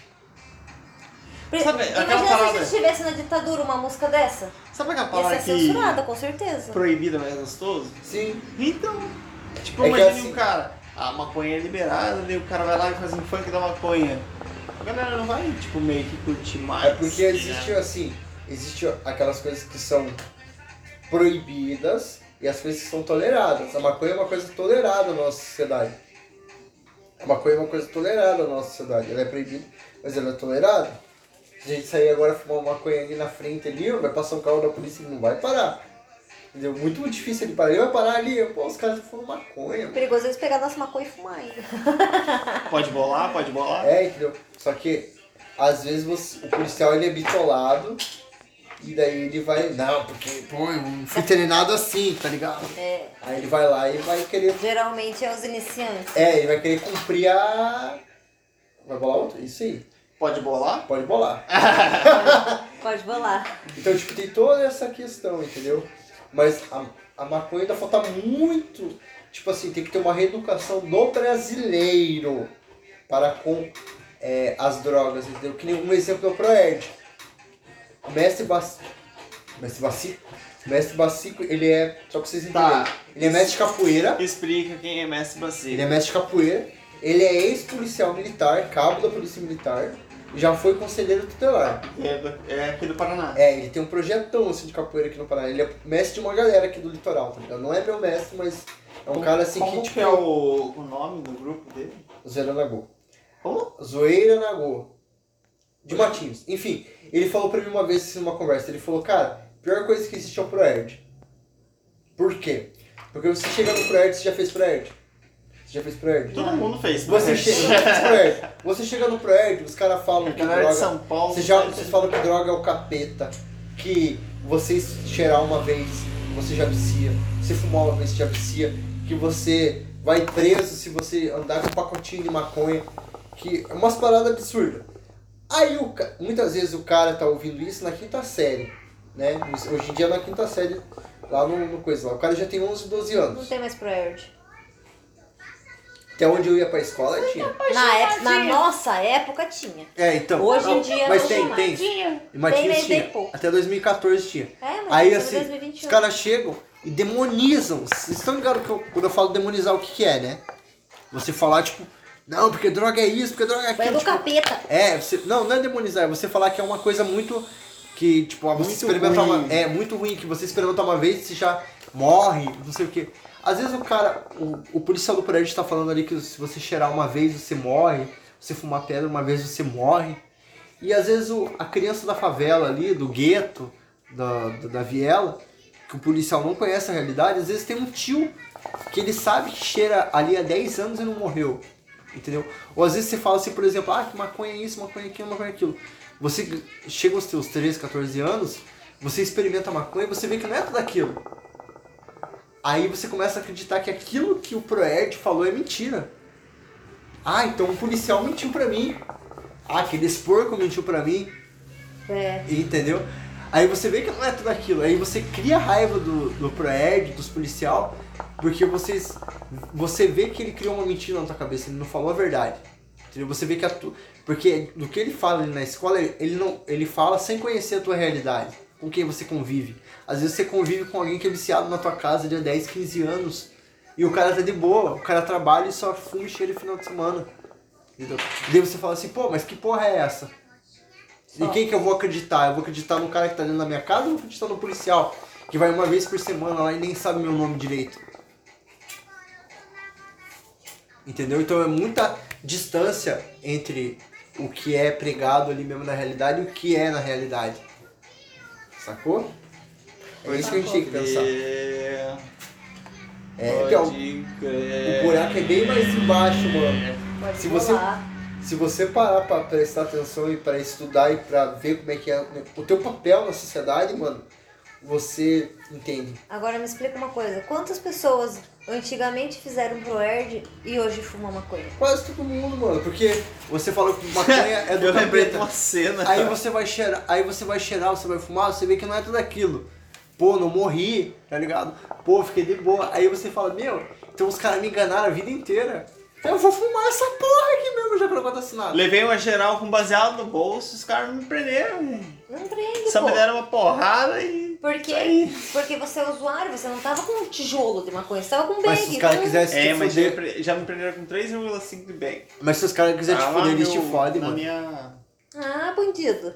Sabe, aquela Imagina se a parada- gente estivesse na ditadura uma música dessa. Sabe aquela Ia palavra ser que... censurada, com certeza. proibida, mas é gostoso? Sim. Então, tipo, É que imagine assim- um cara, a maconha é liberada, daí o cara vai lá e faz um funk da maconha. A galera não vai, tipo, meio que curtir mais. É porque existe assim, existe aquelas coisas que são proibidas e as coisas que são toleradas. A maconha é uma coisa tolerada na nossa sociedade. A maconha é uma coisa tolerada na nossa sociedade. Ela é proibida, mas ela é tolerada. Se a gente sair agora e fumar uma maconha ali na frente ali, vai passar um carro da polícia e não vai parar. Entendeu? Muito difícil ele parar. Ele vai parar ali, pô, os caras estão fumando maconha. Mano. Perigoso eles pegar nossa maconha e fumar ainda. Pode bolar, pode bolar. Entendeu? Só que às vezes o policial ele é bitolado e daí ele vai, não, porque pô, eu não fui treinado assim, tá ligado? É, Aí ele vai lá e vai querer. geralmente é os iniciantes. Ele vai querer cumprir a. Vai bolar outro? Isso aí. Pode bolar? Pode bolar. Pode bolar. Então, tipo, tem toda essa questão, entendeu? Mas a maconha ainda falta muito. Tipo assim, tem que ter uma reeducação do brasileiro para com as drogas, entendeu? Que nem um exemplo é o Proerd. O Mestre Bacico, ele é. Só pra vocês entenderem. Tá. Ele é mestre de capoeira. Explica quem é mestre Bacia. Ele é mestre de capoeira. Ele é ex-policial militar, cabo da Polícia Militar. E já foi conselheiro tutelar. É aqui do Paraná. Ele tem um projetão assim de capoeira aqui no Paraná. Ele é mestre de uma galera aqui do litoral, tá ligado? Não é meu mestre, mas é um cara assim Como que, que é o nome do grupo dele? Zoeira Nagô. Como? Zoeira Nagô. De Matinhos. Enfim, ele falou pra mim uma vez assim, numa conversa. Ele falou, cara, a pior coisa que existe é o Proerd. Por quê? Porque você chega no Proerd, você já fez Proerd? Você já fez Proerd? Todo mundo fez. Você mas- chega, você chega no Proerd, os caras falam A que galera droga... de São Paulo. Vocês falam que droga é o capeta, que você cheirar uma vez, você já vicia, você fumar uma vez, você já vicia, que você vai preso se você andar com um pacotinho de maconha, que é umas paradas absurdas. Aí muitas vezes o cara tá ouvindo isso na quinta série, né? Hoje em dia na quinta série, lá no coisa lá. O cara já tem 11, 12 Não anos. tem mais Proerd. Até onde eu ia pra escola tinha. Na nossa época tinha. Então. Hoje em dia mas não tem, tem tem. mais. Em Matinhos Tem, mas tinha. bem pouco. Até 2014 tinha. Mas Aí estamos em assim, 2021. os caras chegam e demonizam. Vocês estão ligados que quando eu falo demonizar, o que é, né? Você falar, tipo, não, porque droga é isso, porque droga é Vai aquilo. do capeta. Não é demonizar, é você falar que é uma coisa muito. Que, tipo, você Muito experimenta ruim. uma. É muito ruim, que você experimenta uma vez e você já morre, não sei o quê. Às vezes o cara, o policial do prédio tá falando ali que se você cheirar uma vez você morre, se fumar pedra uma vez você morre. E às vezes a criança da favela ali, do gueto, da viela, que o policial não conhece a realidade, às vezes tem um tio que ele sabe que cheira ali há 10 anos e não morreu. Entendeu? Ou às vezes você fala assim, por exemplo, que maconha é isso, maconha é aquilo, maconha é aquilo. Você chega aos seus 13, 14 anos, você experimenta maconha e você vê que não é tudo aquilo. Aí você começa a acreditar que aquilo que o Proerd falou é mentira. Então um policial mentiu pra mim. Aquele porco mentiu pra mim. Entendeu? Aí você vê que não é tudo aquilo. Aí você cria raiva do Proerd, dos policial, porque você vê que ele criou uma mentira na tua cabeça, ele não falou a verdade. Entendeu? Você vê que porque do que ele fala ali na escola, ele fala sem conhecer a tua realidade, com quem você convive. Às vezes você convive com alguém que é viciado na tua casa de 10, 15 anos, e o cara tá de boa, o cara trabalha e só fuma e cheira no final de semana. Entendeu? E daí você fala assim, mas que porra é essa? E quem que eu vou acreditar? Eu vou acreditar no cara que tá dentro da minha casa ou vou acreditar no policial? Que vai uma vez por semana lá e nem sabe meu nome direito. Entendeu? Então é muita distância entre o que é pregado ali mesmo na realidade e o que é na realidade. Sacou? É isso que a gente tem que pensar. O buraco é bem mais embaixo, mano. Se você parar pra prestar atenção e pra estudar e pra ver como é que é o teu papel na sociedade, mano, você entende. Agora me explica uma coisa. Quantas pessoas antigamente fizeram Proerd e hoje fumam maconha? Quase todo mundo, mano. Porque você falou que maconha é do Eu lembrei de capeta. uma cena. Aí você vai cheirar, você vai fumar, você vê que não é tudo aquilo. Não morri, tá ligado? Fiquei de boa. Aí você fala, então os caras me enganaram a vida inteira. Então eu vou fumar essa porra aqui mesmo, já que eu não vou assinado. Levei uma geral com baseado no bolso, os caras me prenderam. Não prende, Só me deram uma porrada e... Porque você é usuário, você não tava com um tijolo de maconha, você tava com um bag. Mas se os caras quisessem te mas fuder... já me prenderam com 3,5 de bag. Mas se os caras quiserem te fuder, eles te fodem, mano. Bandido.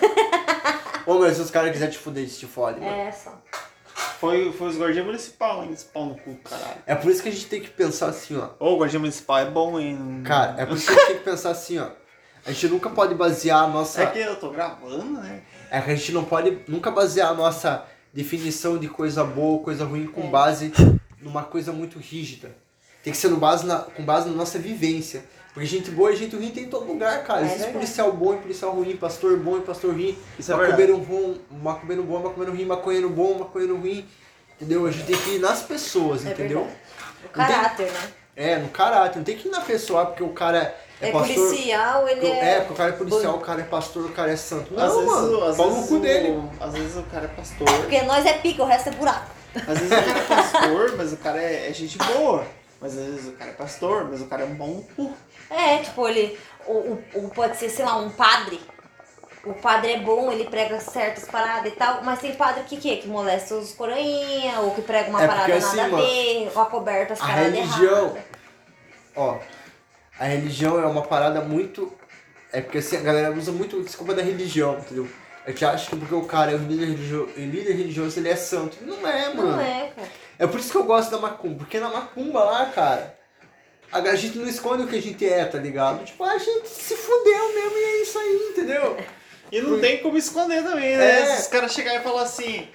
Mas se os caras quiserem te fuder, eles te fodem, mano. Só. Foi os guardiões municipais, hein? Esse pau no cu, caralho. É por isso que a gente tem que pensar assim, ó. O guardião municipal é bom, hein? Cara, é por isso que a gente tem que pensar assim, ó. A gente nunca pode basear a nossa... É que eu tô gravando, né? É que a gente não pode nunca basear a nossa definição de coisa boa ou coisa ruim com base numa coisa muito rígida. Tem que ser com base na nossa vivência. Porque gente boa e gente ruim tem em todo lugar, cara. Existe policial bom e policial ruim, pastor bom e pastor ruim, macumbeiro bom, macumbeiro ruim, maconheiro bom, maconheiro ruim. Entendeu? A gente tem que ir nas pessoas, entendeu? Verdade. O caráter, né? No caráter. Não tem que ir na pessoa porque o cara é pastor. Policial, ele Porque o cara é policial, o cara é pastor, o cara é santo. Às vezes, mano, pau no cu dele. Às vezes o cara é pastor. Porque nós é pica, o resto é buraco. Às vezes o cara é pastor, mas o cara é gente boa. Mas às vezes o cara é pastor, mas o cara é um bom cu. Ele... pode ser, sei lá, um padre. O padre é bom, ele prega certas paradas e tal, mas tem padre que molesta os coroinha, ou que prega uma parada assim, nada a ver, ou acoberta as a paradas religião, erradas. A religião é uma parada muito... É porque assim, a galera usa muito desculpa da religião, entendeu? A gente acha que porque o cara é um líder religioso, ele é santo. Não é, mano. Não é, cara. É por isso que eu gosto da macumba, porque na macumba lá, cara, a gente não esconde o que a gente é, tá ligado? Tipo, a gente se fudeu mesmo e é isso aí, entendeu? E não tem como esconder também, né? Se os caras chegarem e falar assim...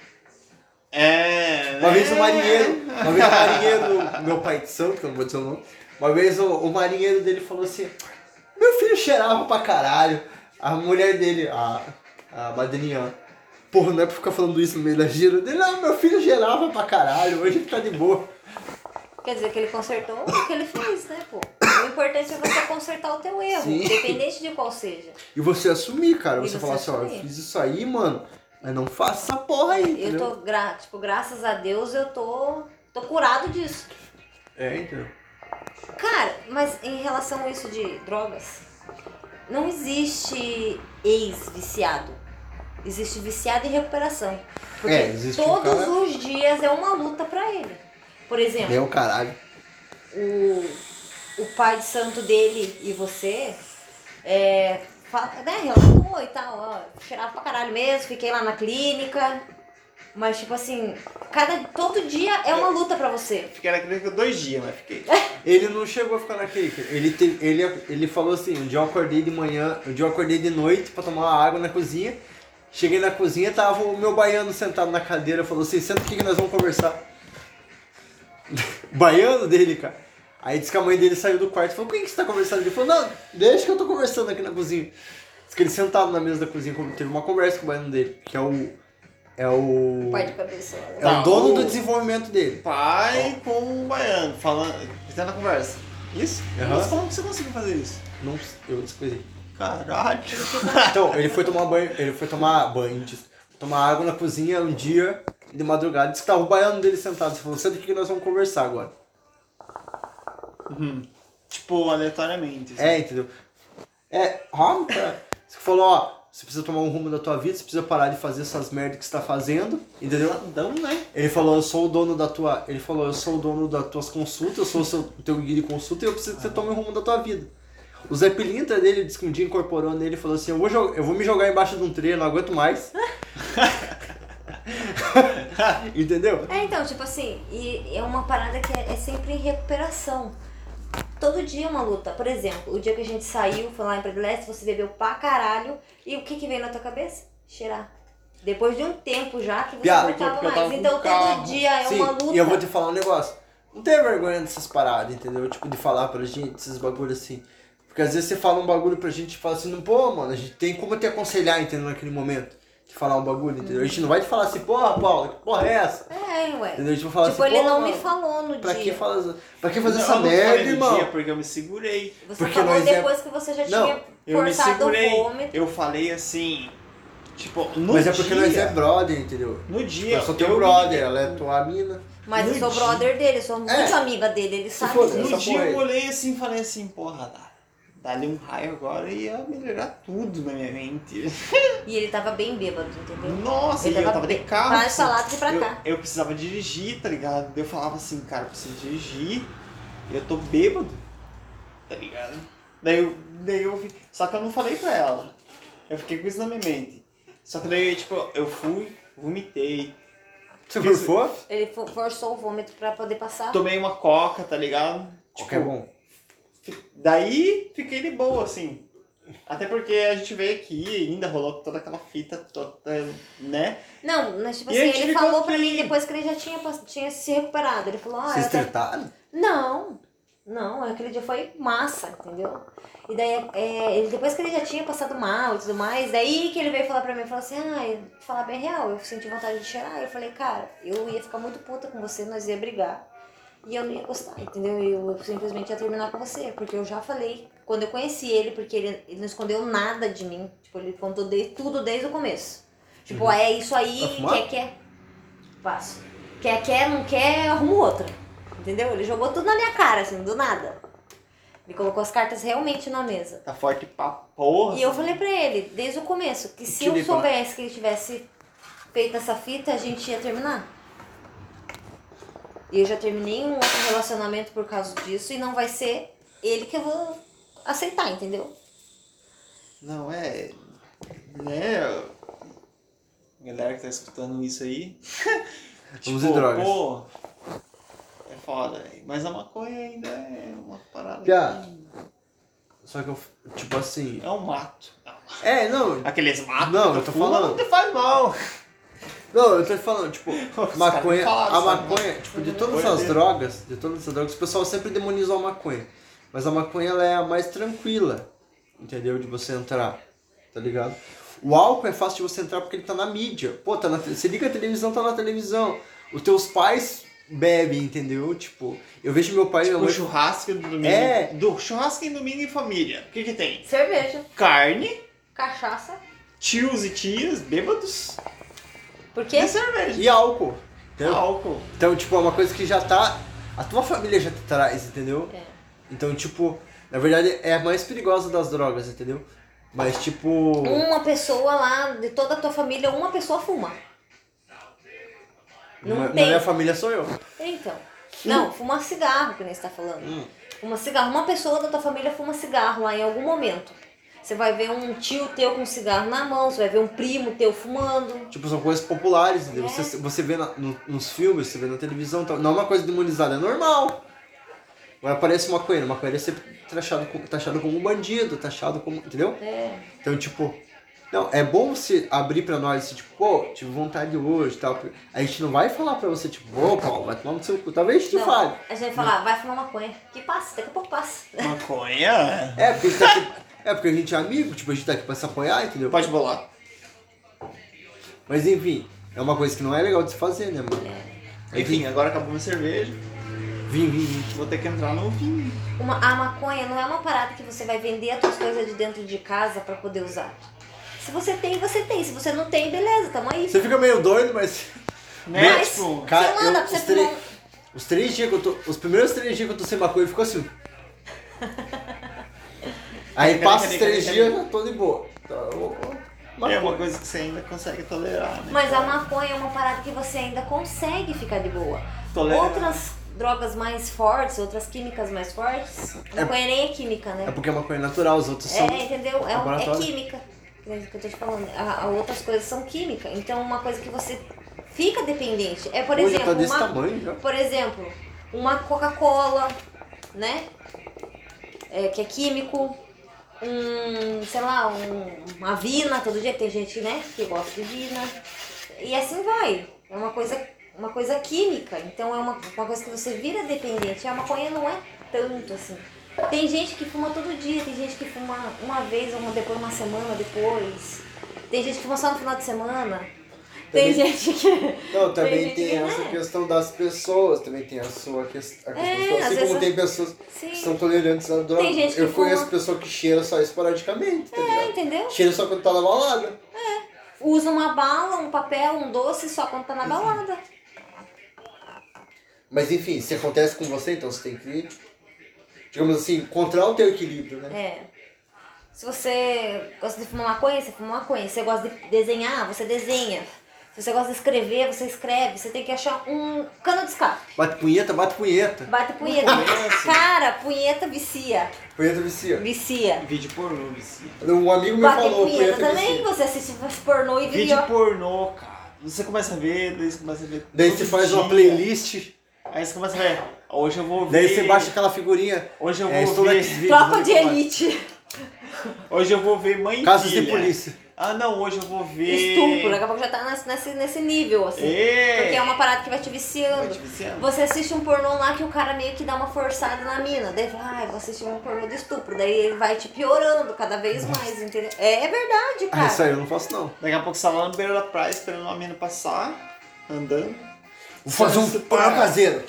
Uma vez o marinheiro, meu pai de santo, que eu não vou dizer o nome, uma vez o marinheiro dele falou assim, meu filho cheirava pra caralho. A mulher dele, a madrinha, porra, não é pra ficar falando isso no meio da gira dele, não, meu filho cheirava pra caralho, hoje ele tá de boa. Quer dizer que ele consertou o que ele fez, né, pô? O importante é você consertar o teu erro, Sim. independente de qual seja. E você assumir, cara, você você falar assim, ó, eu assumir. fiz isso aí, mano, mas não faça essa porra aí, Eu entendeu? tô, graças a Deus, eu tô curado disso. Entendeu? Cara, mas em relação a isso de drogas, não existe ex-viciado. Existe viciado em recuperação. Porque existe todos um cara... os dias é uma luta pra ele. Por exemplo, Meu caralho. o pai de santo dele e você relatou e tal, ó, cheirava pra caralho mesmo, fiquei lá na clínica, Mas, tipo assim, todo dia é uma luta pra você. Fiquei naquele 2 dias, mas fiquei. Ele não chegou a ficar naquele. Ele falou assim, um dia eu acordei de manhã, um dia eu acordei de noite pra tomar água na cozinha. Cheguei na cozinha, tava o meu baiano sentado na cadeira, falou assim, senta aqui que nós vamos conversar. O baiano dele, cara. Aí disse que a mãe dele saiu do quarto e falou, com quem que você tá conversando? Ele falou, não, deixa que eu tô conversando aqui na cozinha. Diz que ele sentado na mesa da cozinha, teve uma conversa com o baiano dele, que é o Pai de cabeça. é o dono do desenvolvimento dele. Pai com o baiano, falando, tendo a conversa. Isso? Aham. Mas como que você conseguiu fazer isso? Não, eu descoisei. Caralho. Então, ele foi tomar banho, tomar água na cozinha um dia, de madrugada, disse que tava o baiano dele sentado. Ele falou, senta aqui que nós vamos conversar agora. Tipo, aleatoriamente. assim. É, entendeu? Cara. Você falou, ó, você precisa tomar um rumo da tua vida, você precisa parar de fazer essas merdas que você tá fazendo, entendeu? Não, né? Ele falou, eu sou o dono das tuas consultas, eu sou o teu guia de consulta e eu preciso que você tome o rumo da tua vida. O Zé Pilintra dele disse que um dia incorporou nele e falou assim, eu vou me jogar embaixo de um trem, eu não aguento mais. Entendeu? Então, tipo assim, e é uma parada que é sempre em recuperação. Todo dia é uma luta. Por exemplo, o dia que a gente saiu, foi lá em Predileste, você bebeu pra caralho, e o que veio na tua cabeça? Cheirar. Depois de um tempo já que você Piada, não cortava porque eu mais. tava com Então carro. todo dia é Sim, uma luta. e eu vou te falar um negócio. Não tenha vergonha dessas paradas, entendeu? Tipo, de falar pra gente esses bagulhos assim. Porque às vezes você fala um bagulho pra gente e fala assim, pô, mano, a gente tem como te aconselhar, entendeu? Naquele momento. De falar um bagulho, entendeu? A gente não vai te falar assim, porra, Paulo, que porra é essa? Ué. Entendeu? A gente vai falar Tipo, assim, ele pô, não mano, me falou no pra dia. que fazer Não, essa eu não merda, falei no irmão? dia porque eu me segurei. Você porque falou nós é- depois que você já Não, tinha Eu me forçado o segurei. vômito. Eu falei assim, tipo, no Mas dia... é porque nós é brother, entendeu? No dia, Eu sou teu eu brother, ela é tua mina. Mas eu no sou dia- brother dele, eu sou muito amiga dele, ele sabe foda, disso. No essa dia porra aí. eu olhei assim e falei assim, porra, dá-lhe um raio agora e ia melhorar tudo na minha mente. E ele tava bem bêbado, entendeu? Nossa, Ele e eu tava tava de bem- carro. mais assim, pra lá do que pra cá. Eu precisava dirigir, tá ligado? Daí eu falava assim, cara, eu preciso dirigir, eu tô bêbado, tá ligado? Daí eu vi. Só que eu não falei pra ela. Eu fiquei com isso na minha mente. Só que daí, tipo, eu fui, vomitei, Você for? Ele forçou o vômito pra poder passar. tomei uma coca, tá ligado? Tipo, é bom. Daí fiquei de boa, assim. Até porque a gente veio aqui e ainda rolou toda aquela fita toda, né? Não, mas tipo E a assim, gente ele ficou falou pra aqui. mim depois que ele já tinha se recuperado. Ele falou, Vocês eu até... tretaram? Não, aquele dia foi massa, entendeu? E daí, depois que ele já tinha passado mal e tudo mais, daí que ele veio falar pra mim, falou assim, falar bem real, eu senti vontade de cheirar. Eu falei, cara, eu ia ficar muito puta com você, nós ia brigar. E eu não ia gostar, entendeu? Eu simplesmente ia terminar com você, porque eu já falei, quando eu conheci ele, porque ele não escondeu nada de mim. Tipo, ele contou tudo desde o começo. Tipo, é isso aí, Vai fumar? quer, passo. Quer, não quer, arrumo outra. Entendeu? Ele jogou tudo na minha cara, assim, do nada. Ele colocou as cartas realmente na mesa. Tá forte pra porra. E eu falei pra ele, desde o começo, que se eu Tirei pra lá. soubesse que ele tivesse feito essa fita, a gente ia terminar. E eu já terminei um outro relacionamento por causa disso e não vai ser ele que eu vou aceitar, entendeu? Não, né? Galera que tá escutando isso aí. Vamos em drogas. Pô, é foda, velho. Mas a maconha ainda é uma parada. Piá. que- Só que eu, tipo assim... É um mato. Não, Aqueles matos. Não, que eu tô fuma falando. Não te faz mal. não, eu tô te falando, tipo, caras maconha, falaram, a sabe? maconha, tipo, de todas Maconha as dele. drogas, o pessoal sempre demonizou a maconha. Mas a maconha, ela é a mais tranquila, entendeu? De você entrar, tá ligado? O álcool é fácil de você entrar porque ele tá na mídia. Pô, você liga a televisão, tá na televisão. Os teus pais bebem, entendeu? Tipo, eu vejo meu pai e minha Tipo, mãe... churrasco do domingo. É. Do churrasco em domingo em família. O que que tem? Cerveja, Carne, cachaça. tios e tias, bêbados Por quê? e cerveja. E álcool, entendeu? Álcool. Então, tipo, é uma coisa que já tá... A tua família já te traz, entendeu? É. Então, tipo, na verdade é a mais perigosa das drogas, entendeu? Mas, tipo... Uma pessoa lá, de toda a tua família, uma pessoa fuma. Não na tem. minha família sou eu. Então. Não, fuma cigarro, que nem você tá falando. Fuma cigarro. Uma pessoa da tua família fuma cigarro lá em algum momento. Você vai ver um tio teu com cigarro na mão, você vai ver um primo teu fumando. Tipo, são coisas populares, entendeu? É. Você vê nos filmes, você vê na televisão, não é uma coisa demonizada, é normal. Agora aparece maconheiro é sempre taxado como um bandido, taxado como, entendeu? É. Então, tipo, não, é bom você abrir pra nós, assim, tipo, pô, tive vontade hoje e tal. A gente não vai falar pra você, tipo, ô, Paulo, vai tomar no seu cu. Talvez a gente Não, fale. a gente vai falar, vai fumar maconha. Que passa, daqui a pouco passa. Maconha? É, porque a gente tá aqui, porque a gente é amigo, tipo, a gente tá aqui pra se apoiar, entendeu? Pode bolar. Mas enfim, é uma coisa que não é legal de se fazer, né, mano? Enfim, agora acabou minha cerveja. Vim. Vou ter que entrar no vinho. A maconha não é uma parada que você vai vender as suas coisas de dentro de casa pra poder usar. Se você tem, você tem. Se você não tem, beleza, tamo aí. Você fica meio doido, mas... Né? Mas, Tipo, Cara, você manda eu- pra você fumar. os primeiros 3 dias que eu tô sem maconha, ficou assim. Aí passa os 3 dias, eu já tô de boa. Então, é maconha. uma coisa que você ainda consegue tolerar, né? Mas a maconha é uma parada que você ainda consegue ficar de boa. Tolera. Outras drogas mais fortes, outras químicas mais fortes, maconha nem é química, né? É porque a maconha é natural, os outros são... Entendeu? É laboratório. química. É isso que eu tô te falando. Outras coisas são química. Então, uma coisa que você fica dependente é, por Pô, já exemplo, tá desse tamanho, já. por exemplo, uma Coca-Cola, né? Que é químico. Sei lá, uma vina, todo dia tem gente, né, que gosta de vina. E assim vai. É uma coisa química. Então é uma coisa que você vira dependente. A maconha não é tanto assim. Tem gente que fuma todo dia, tem gente que fuma uma vez, depois uma semana depois. Tem gente que fuma só no final de semana. Tem Também- gente que. Não, também gente tem que, essa né? questão das pessoas, também tem a sua questão. às Assim vezes- como tem pessoas Sim. que são tolerantes à droga. Tem gente que Eu conheço fuma- pessoa que cheira só esporadicamente, tá ligado? Entendeu? Cheira só quando tá na balada. Usa uma bala, um papel, um doce só quando tá na balada. Mas enfim, se acontece com você, então você tem que, digamos assim, encontrar o teu equilíbrio, né? É. Se você gosta de fumar maconha, você fuma maconha. Se você gosta de desenhar, você desenha. Se você gosta de escrever, você escreve. Você tem que achar um cano de escape. Bate punheta, bate punheta. Bate punheta. Cara, punheta vicia. Punheta vicia. Vicia. Vídeo pornô, vicia. Um amigo me Bate falou, punheta punheta também. vicia. Você assiste pornô e Vídeo vira. pornô, cara. Você começa a ver, daí você começa a ver. Daí todo você faz uma dia. playlist, Aí você começa a ver. Hoje eu vou ver. daí você baixa aquela figurinha. Hoje eu Estou vou ver. Xvideos, Tropa né, de que mais? elite. Hoje eu vou ver mãe e Casos de filha. polícia. Ah, não, hoje eu vou ver. Estupro. Daqui a pouco já tá nesse nível, assim. Porque é uma parada que vai te viciando. Vai te viciando. Você assiste um pornô lá que o cara meio que dá uma forçada na mina. Daí fala, vou assistir um pornô de estupro. Daí ele vai te piorando cada vez mais, entendeu? É verdade, cara. Ah, isso aí eu não faço não. Daqui a pouco você tá lá na beira da praia esperando uma mina passar, andando. Vou fazer um pornô caseiro.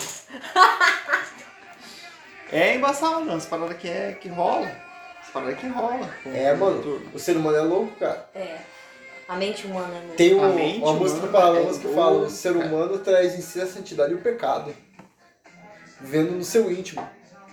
É embaçado, mano. Essa parada aqui que rola. Essa parada que rola. É, mano, o ser humano é louco, cara. É. A mente humana é louca. Tem A mente uma música humana que é fala, o louca. ser humano traz em si a santidade e o pecado. Vivendo no seu íntimo.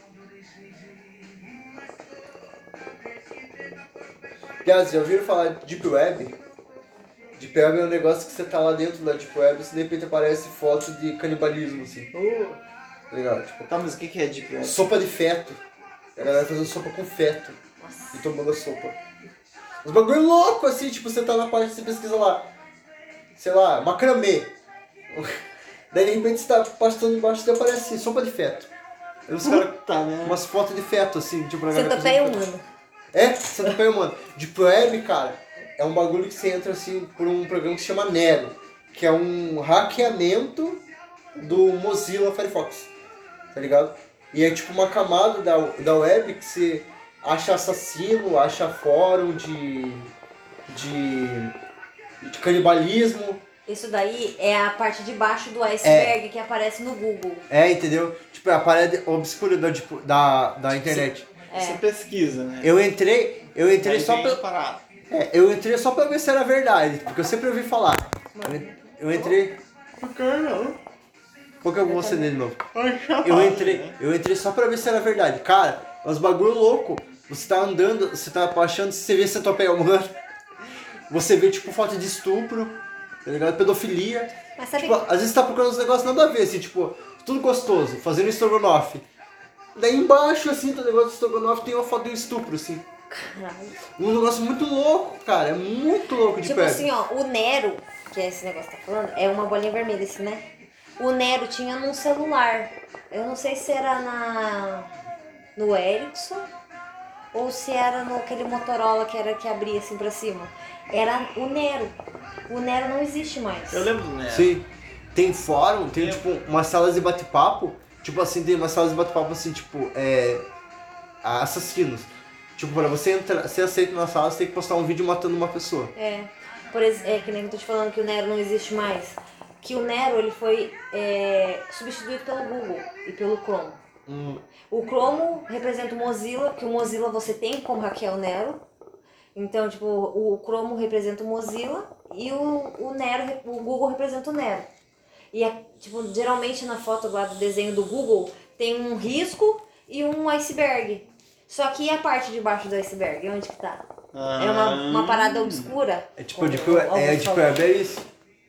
Aliás, já ouviram falar de Deep Web? Deep Web é um negócio que você tá lá dentro da Deep Web e de repente aparece foto de canibalismo, assim. Tá ligado? Tipo, Tá, mas o que é Deep Web? sopa de feto. A galera fazendo sopa com feto. E tomando a sopa. Uns bagulho louco, assim, tipo, você tá na página, você pesquisa lá, sei lá, macramê. Daí de repente você tá passando embaixo e aparece assim, sopa de feto. Aí os caras, Tá, né? umas fotos de feto, assim, tipo, pra galera Centopeia fazendo feto. humana. É, centopeia humana. Deep Web, cara, é um bagulho que você entra, assim, por um programa que se chama Nero, que é um hackeamento do Mozilla Firefox, tá ligado? E é tipo uma camada da web que você acha assassino, acha fórum de canibalismo. Isso daí é a parte de baixo do iceberg que aparece no Google. É, entendeu? Tipo, é a parede obscura da internet. Você pesquisa, né? Eu entrei Aí só vem pra... a parada. eu entrei só pra ver se era verdade, porque eu sempre ouvi falar. Eu entrei... Qual que é o CD de novo? Eu entrei só pra ver se era verdade. Cara, é uns bagulho louco. Você tá andando, você tá achando, você vê centopeia humana. Você vê, tipo, foto de estupro, tá ligado? Pedofilia. Mas sabe Tipo, às vezes você tá procurando uns negócios nada a ver, assim, tipo, tudo gostoso, fazendo estrogonofe. Daí embaixo, assim, do negócio do estrogonofe tem uma foto de um estupro, assim. Caralho. Um negócio muito louco, cara. É muito louco de Tipo perto. assim, ó, o Nero, que é esse negócio que tá falando, é uma bolinha vermelha esse, né? O Nero tinha num celular. Eu não sei se era no Ericsson ou se era no aquele Motorola que abria assim pra cima. Era o Nero. O Nero não existe mais. Eu lembro, né? Sim. Tem fórum, tem tipo umas salas de bate-papo. Tipo assim, tem umas salas de bate-papo assim, tipo, assassinos. Tipo, pra você entrar, ser aceito na sala, você tem que postar um vídeo matando uma pessoa. Por exemplo, que nem eu tô te falando que o Nero não existe mais. Que o Nero ele foi substituído pelo Google e pelo Chrome. O Chrome representa o Mozilla, que o Mozilla você tem como hackear o Nero. Então, tipo, o Chrome representa o Mozilla e o Nero, o Google representa o Nero. E, tipo, geralmente na foto lá do desenho do Google tem um risco e um iceberg. Só que a parte de baixo do iceberg, onde que tá? É uma parada obscura. É tipo, Deep Web é isso.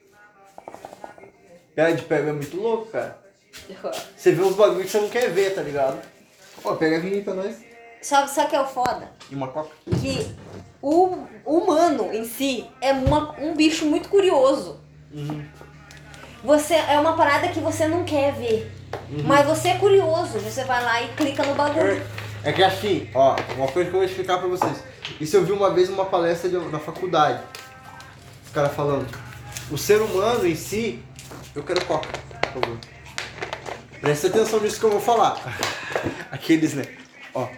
Deep Web é muito louco, cara. Você vê uns bagulho que você não quer ver, tá ligado? Pô, pega a vinha pra nós. Sabe o que é o foda? E uma coca. Que o humano em si é um bicho muito curioso. Você é uma parada que você não quer ver. Mas você é curioso, você vai lá e clica no bagulho. É que assim, ó, uma coisa que eu vou explicar pra vocês. Isso eu vi uma vez numa palestra na faculdade. Os caras falando. O ser humano em si. Eu quero coca, por favor. Presta atenção nisso que eu vou falar. Aqueles, né? Ó.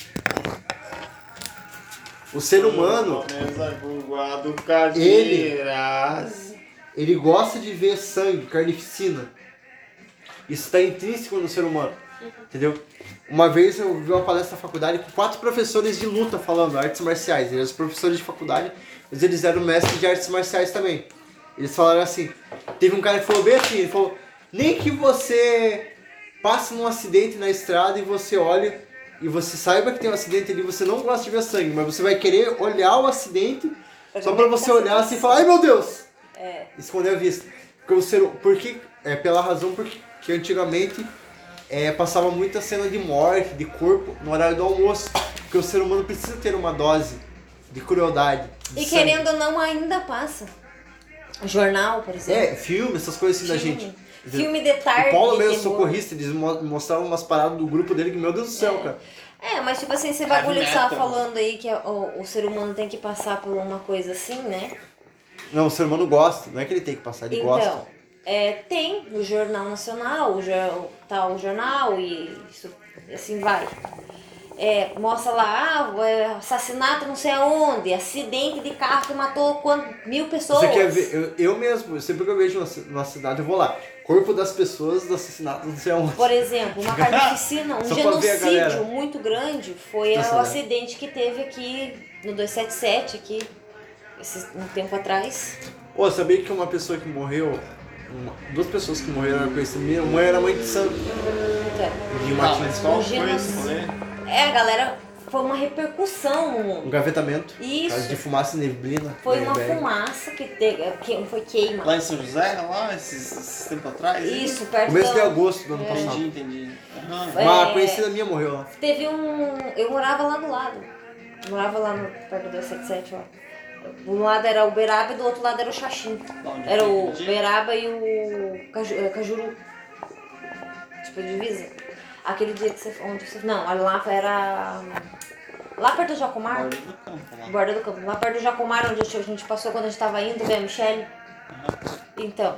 O ser humano. Ele gosta de ver sangue, carnificina. Isso tá intrínseco no ser humano. Entendeu? Uma vez eu vi uma palestra na faculdade com 4 professores de luta falando artes marciais. Eles eram professores de faculdade, mas eles eram mestres de artes marciais também. Eles falaram assim, teve um cara que falou bem assim, ele falou, nem que você passe num acidente na estrada e você olhe e você saiba que tem um acidente ali, você não gosta de ver sangue, mas você vai querer olhar o acidente só pra você olhar assim e falar, ai meu Deus! Esconder a vista. Pela razão porque antigamente passava muita cena de morte, de corpo, no horário do almoço. Porque o ser humano precisa ter uma dose de crueldade. De E sangue. querendo ou não, ainda passa. Jornal, por exemplo. Filme, essas coisas assim da gente. Filme de tarde. O Paulo mesmo, terror. socorrista, eles mostravam umas paradas do grupo dele que, meu Deus do céu, cara. Mas tipo assim, esse bagulho que você tava metal. falando aí, que o ser humano tem que passar por uma coisa assim, né? Não, o ser humano gosta, não é que ele tem que passar, ele gosta. Então, tem o Jornal Nacional, o jornal e isso, assim vai. Mostra lá, assassinato não sei aonde, acidente de carro que matou 1.000 pessoas. Você quer ver? Eu mesmo, sempre que eu vejo na cidade, eu vou lá. Corpo das pessoas do assassinato, não sei aonde. Por exemplo, uma carnificina, um Só pra ver a galera. genocídio muito grande foi o acidente que teve aqui no 277, aqui, um tempo atrás. Pô, sabia que uma pessoa que morreu, 2 pessoas que morreram eram conhecidas, uma era mãe de santo. Então, De Ah, Martins. mas qual foi Genocídio. esse rolê? a galera, foi uma repercussão no mundo. Um gavetamento. Isso. Por causa de fumaça e neblina. Foi uma velho. fumaça que foi queima. Lá em São José, lá, esses tempos atrás? Isso, perto Começo de da... agosto do ano passado. Entendi. Aham. Uma conhecida minha morreu lá. Teve eu morava lá do lado. Eu morava lá perto do 277, ó. Do lado era o Uberaba e do outro lado era o Xaxim. Onde Era foi o aquele dia? Uberaba e o Cajuru. Tipo, divisa. Aquele dia que você... Não, lá era... Lá perto do Jacomar. Borda do campo lá. Borda do campo. Lá perto do Jacomar, onde a gente passou quando a gente tava indo ver a Michelle. Então...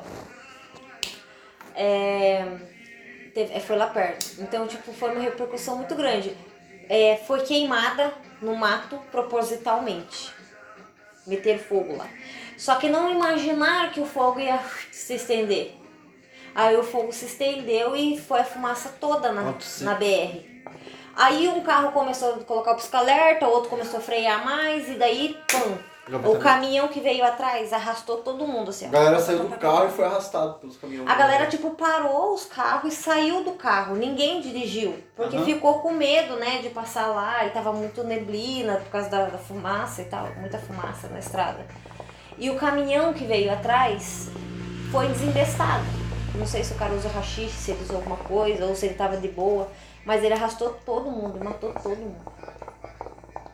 foi lá perto. Então, tipo, foi uma repercussão muito grande. Foi queimada no mato propositalmente. Meter fogo lá. Só que não imaginaram que o fogo ia se estender. Aí o fogo se estendeu e foi a fumaça toda na BR. Aí um carro começou a colocar o pisca-alerta, o outro começou a frear mais e daí, pum, o caminhão que veio atrás arrastou todo mundo assim. A galera saiu do carro e foi arrastado pelos caminhões. A galera, tipo, parou os carros e saiu do carro. Ninguém dirigiu. Porque ficou com medo, né, de passar lá. E tava muito neblina por causa da fumaça e tal. Muita fumaça na estrada. E o caminhão que veio atrás foi desembestado. Não sei se o cara usou rachixe, se ele usou alguma coisa, ou se ele tava de boa. Mas ele arrastou todo mundo, matou todo mundo.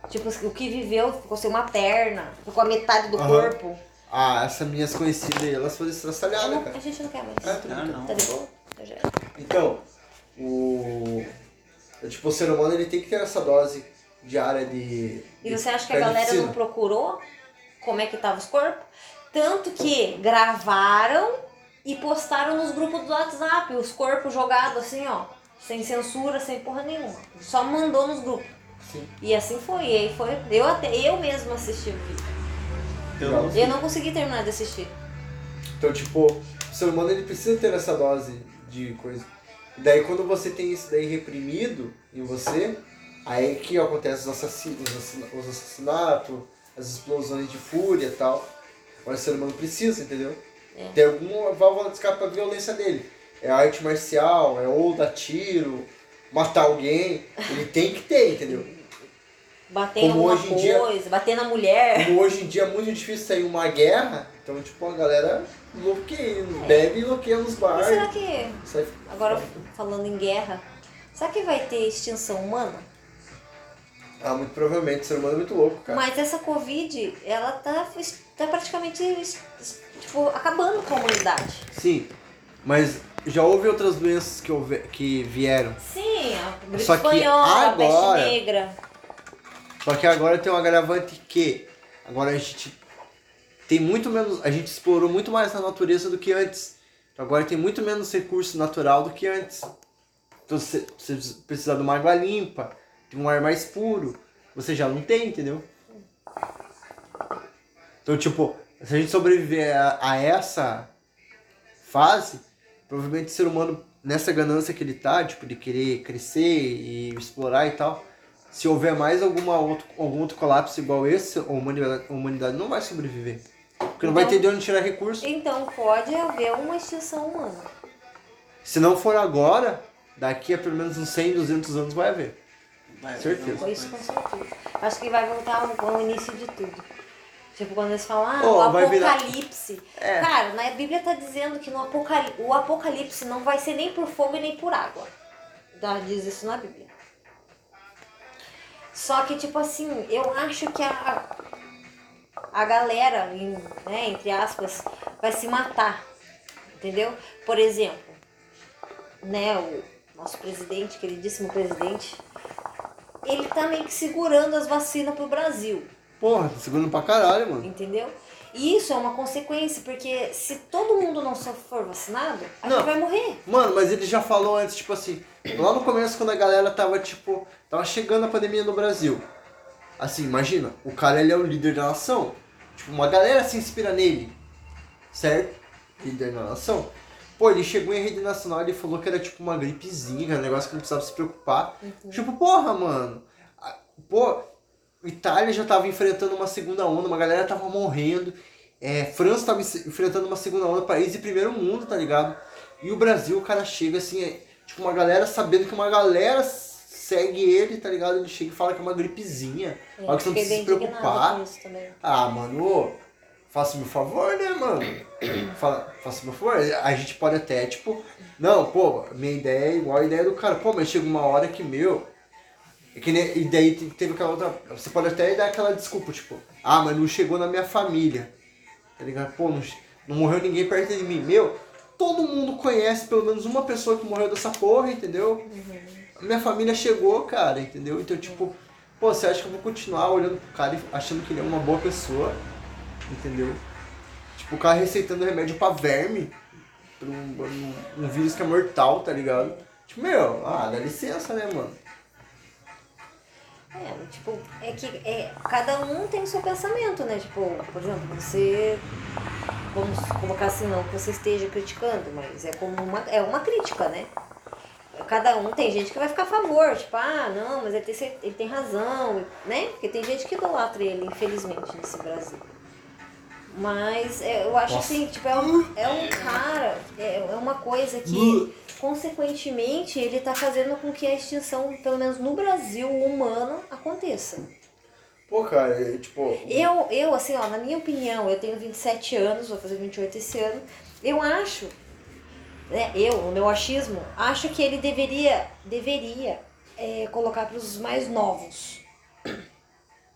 Tipo, o que viveu ficou sem uma perna, ficou a metade do Aham. corpo. Ah, essas minhas conhecidas aí, elas foram estraçalhadas, cara. A gente não quer mais. Ah, tá não. Tá de boa? Tá já. Então, tipo, o ser humano ele tem que ter essa dose diária de. E você acha que a de galera medicina. não procurou como é que tava os corpos? Tanto que gravaram e postaram nos grupos do WhatsApp os corpos jogados assim, ó. Sem censura, sem porra nenhuma. Só mandou nos grupos. Sim. E assim foi. E aí foi. Eu mesmo assisti o vídeo. Então, Eu não consegui terminar de assistir. Então, tipo, o ser humano ele precisa ter essa dose de coisa. E daí quando você tem isso daí reprimido em você, aí que acontece os assassinatos, as explosões de fúria e tal. Agora o ser humano precisa, entendeu? É. Tem alguma válvula de escape pra violência dele. É arte marcial, é ou dar tiro, matar alguém. Ele tem que ter, entendeu? Bater em Como alguma hoje em dia- coisa, bater na mulher. Como hoje em dia é muito difícil sair uma guerra, então tipo, a galera enlouqueia, bebe e enlouqueia nos E será bares. que, Sai- agora falando em guerra, será que vai ter extinção humana? Ah, muito provavelmente, o ser humano é muito louco, cara. Mas essa Covid, ela tá praticamente, tipo, acabando com a humanidade. Sim, mas já houve outras doenças que vieram. Sim, a gripe Só que espanhola, a peste agora- negra. Só que agora tem um agravante que agora a gente tem muito menos, a gente explorou muito mais a natureza do que antes. Então agora tem muito menos recurso natural do que antes. Então você precisa de uma água limpa, de um ar mais puro. Você já não tem, entendeu? Então, tipo, se a gente sobreviver a essa fase, provavelmente o ser humano, nessa ganância que ele tá, tipo, de querer crescer e explorar e tal, se houver mais algum outro colapso igual esse, a humanidade não vai sobreviver. Porque não vai ter de onde tirar recurso. Então pode haver uma extinção humana. Se não for agora, daqui a pelo menos uns 100, 200 anos vai haver. vai, Certeza. Foi isso com certeza. Acho que vai voltar ao início de tudo. Tipo, quando eles falam, Oh, o vai virar- apocalipse. É. Cara, na Bíblia tá dizendo que o apocalipse não vai ser nem por fogo e nem por água. Diz isso na Bíblia. Só que, tipo assim, eu acho que a galera, né, entre aspas, vai se matar. Entendeu? Por exemplo, né, o nosso presidente, queridíssimo presidente, ele tá meio que segurando as vacinas pro Brasil. Porra, tá segurando pra caralho, mano. Entendeu? E isso é uma consequência, porque se todo mundo não for vacinado, a Não. gente vai morrer. Mano, mas ele já falou antes, tipo assim, lá no começo quando a galera tava, tipo, tava chegando a pandemia no Brasil. Assim, imagina, o cara ele é o líder da nação. Tipo, uma galera se inspira nele, certo? Líder da nação. Pô, ele chegou em rede nacional e falou que era tipo uma gripezinha, que era um negócio que não precisava se preocupar. Tipo, porra, mano. Pô, Itália já tava enfrentando uma segunda onda, uma galera tava morrendo. França tava enfrentando uma segunda onda, país de primeiro mundo, tá ligado? E o Brasil, o cara chega assim, tipo, uma galera sabendo que uma galera segue ele, tá ligado? Ele chega e fala que é uma gripezinha. Fala que você não Fiquei precisa bem se indignada preocupar. com isso também. Ah, mano, ô, faça-me um favor, né, mano? Faça-me um favor. A gente pode até, tipo, não, pô, minha ideia é igual a ideia do cara. Pô, mas chega uma hora que, meu... E daí teve aquela outra... Você pode até dar aquela desculpa, tipo... Ah, mas não chegou na minha família. Tá ligado? Pô, não morreu ninguém perto de mim. Meu, todo mundo conhece pelo menos uma pessoa que morreu dessa porra, entendeu? A minha família chegou, cara, entendeu? Então, tipo... Pô, você acha que eu vou continuar olhando pro cara e achando que ele é uma boa pessoa? Entendeu? Tipo, o cara receitando remédio pra verme. Pra um vírus que é mortal, tá ligado? Tipo, meu, dá licença, né, mano? Tipo, é que cada um tem o seu pensamento, né? Tipo, por exemplo, você, vamos colocar assim, não que você esteja criticando, mas é como uma crítica, né? Cada um, tem gente que vai ficar a favor, tipo, não, mas ele tem razão, né? Porque tem gente que idolatra ele, infelizmente, nesse Brasil. Mas eu acho assim, tipo, é um cara, é uma coisa que, consequentemente, ele tá fazendo com que a extinção, pelo menos no Brasil, humana, aconteça. Pô, cara, tipo... Eu, assim, ó, na minha opinião, eu tenho 27 anos, vou fazer 28 esse ano, eu acho, né, no meu achismo, acho que ele deveria colocar para os mais novos.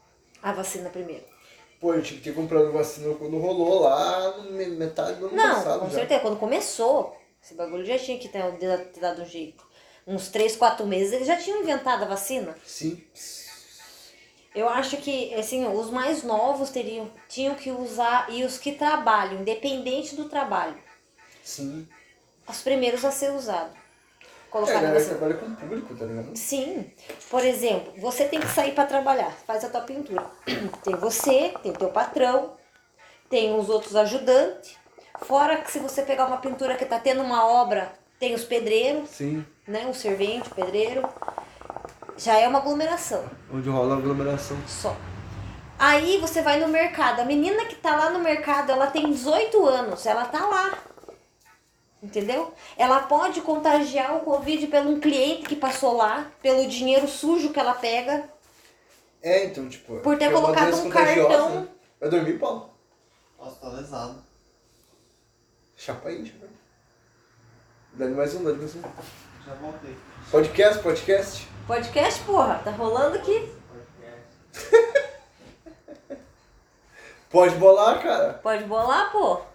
a vacina primeiro. Pô, eu tive que ir comprando vacina quando rolou lá, metade do ano Não, passado com já. certeza. Quando começou, esse bagulho já tinha que ter dado um jeito. Uns 3, 4 meses eles já tinham inventado a vacina. Sim. Eu acho que, assim, os mais novos tinham que usar, e os que trabalham, independente do trabalho, Sim. os primeiros a ser usados. A Colocar na galera vacina. trabalha com o público, tá ligado? Sim. Por exemplo, você tem que sair para trabalhar, faz a tua pintura. Tem você, tem teu patrão, tem os outros ajudantes. Fora que se você pegar uma pintura que tá tendo uma obra, tem os pedreiros, Sim. né? O servente, o pedreiro. Já é uma aglomeração Onde rola aglomeração. só. Aí você vai no mercado. A menina que tá lá no mercado, ela tem 18 anos, ela tá lá. Entendeu? Ela pode contagiar o Covid pelo um cliente que passou lá, pelo dinheiro sujo que ela pega. É, então, tipo... Por ter é uma colocado doença um contagiosa, cartão. né? Vai dormir, pau. Nossa, tá lesado. Chapa aí, chapa aí. Dá-lhe mais um. Já voltei. Podcast. Podcast, porra, tá rolando aqui. Pode bolar, cara. Pode bolar, pô.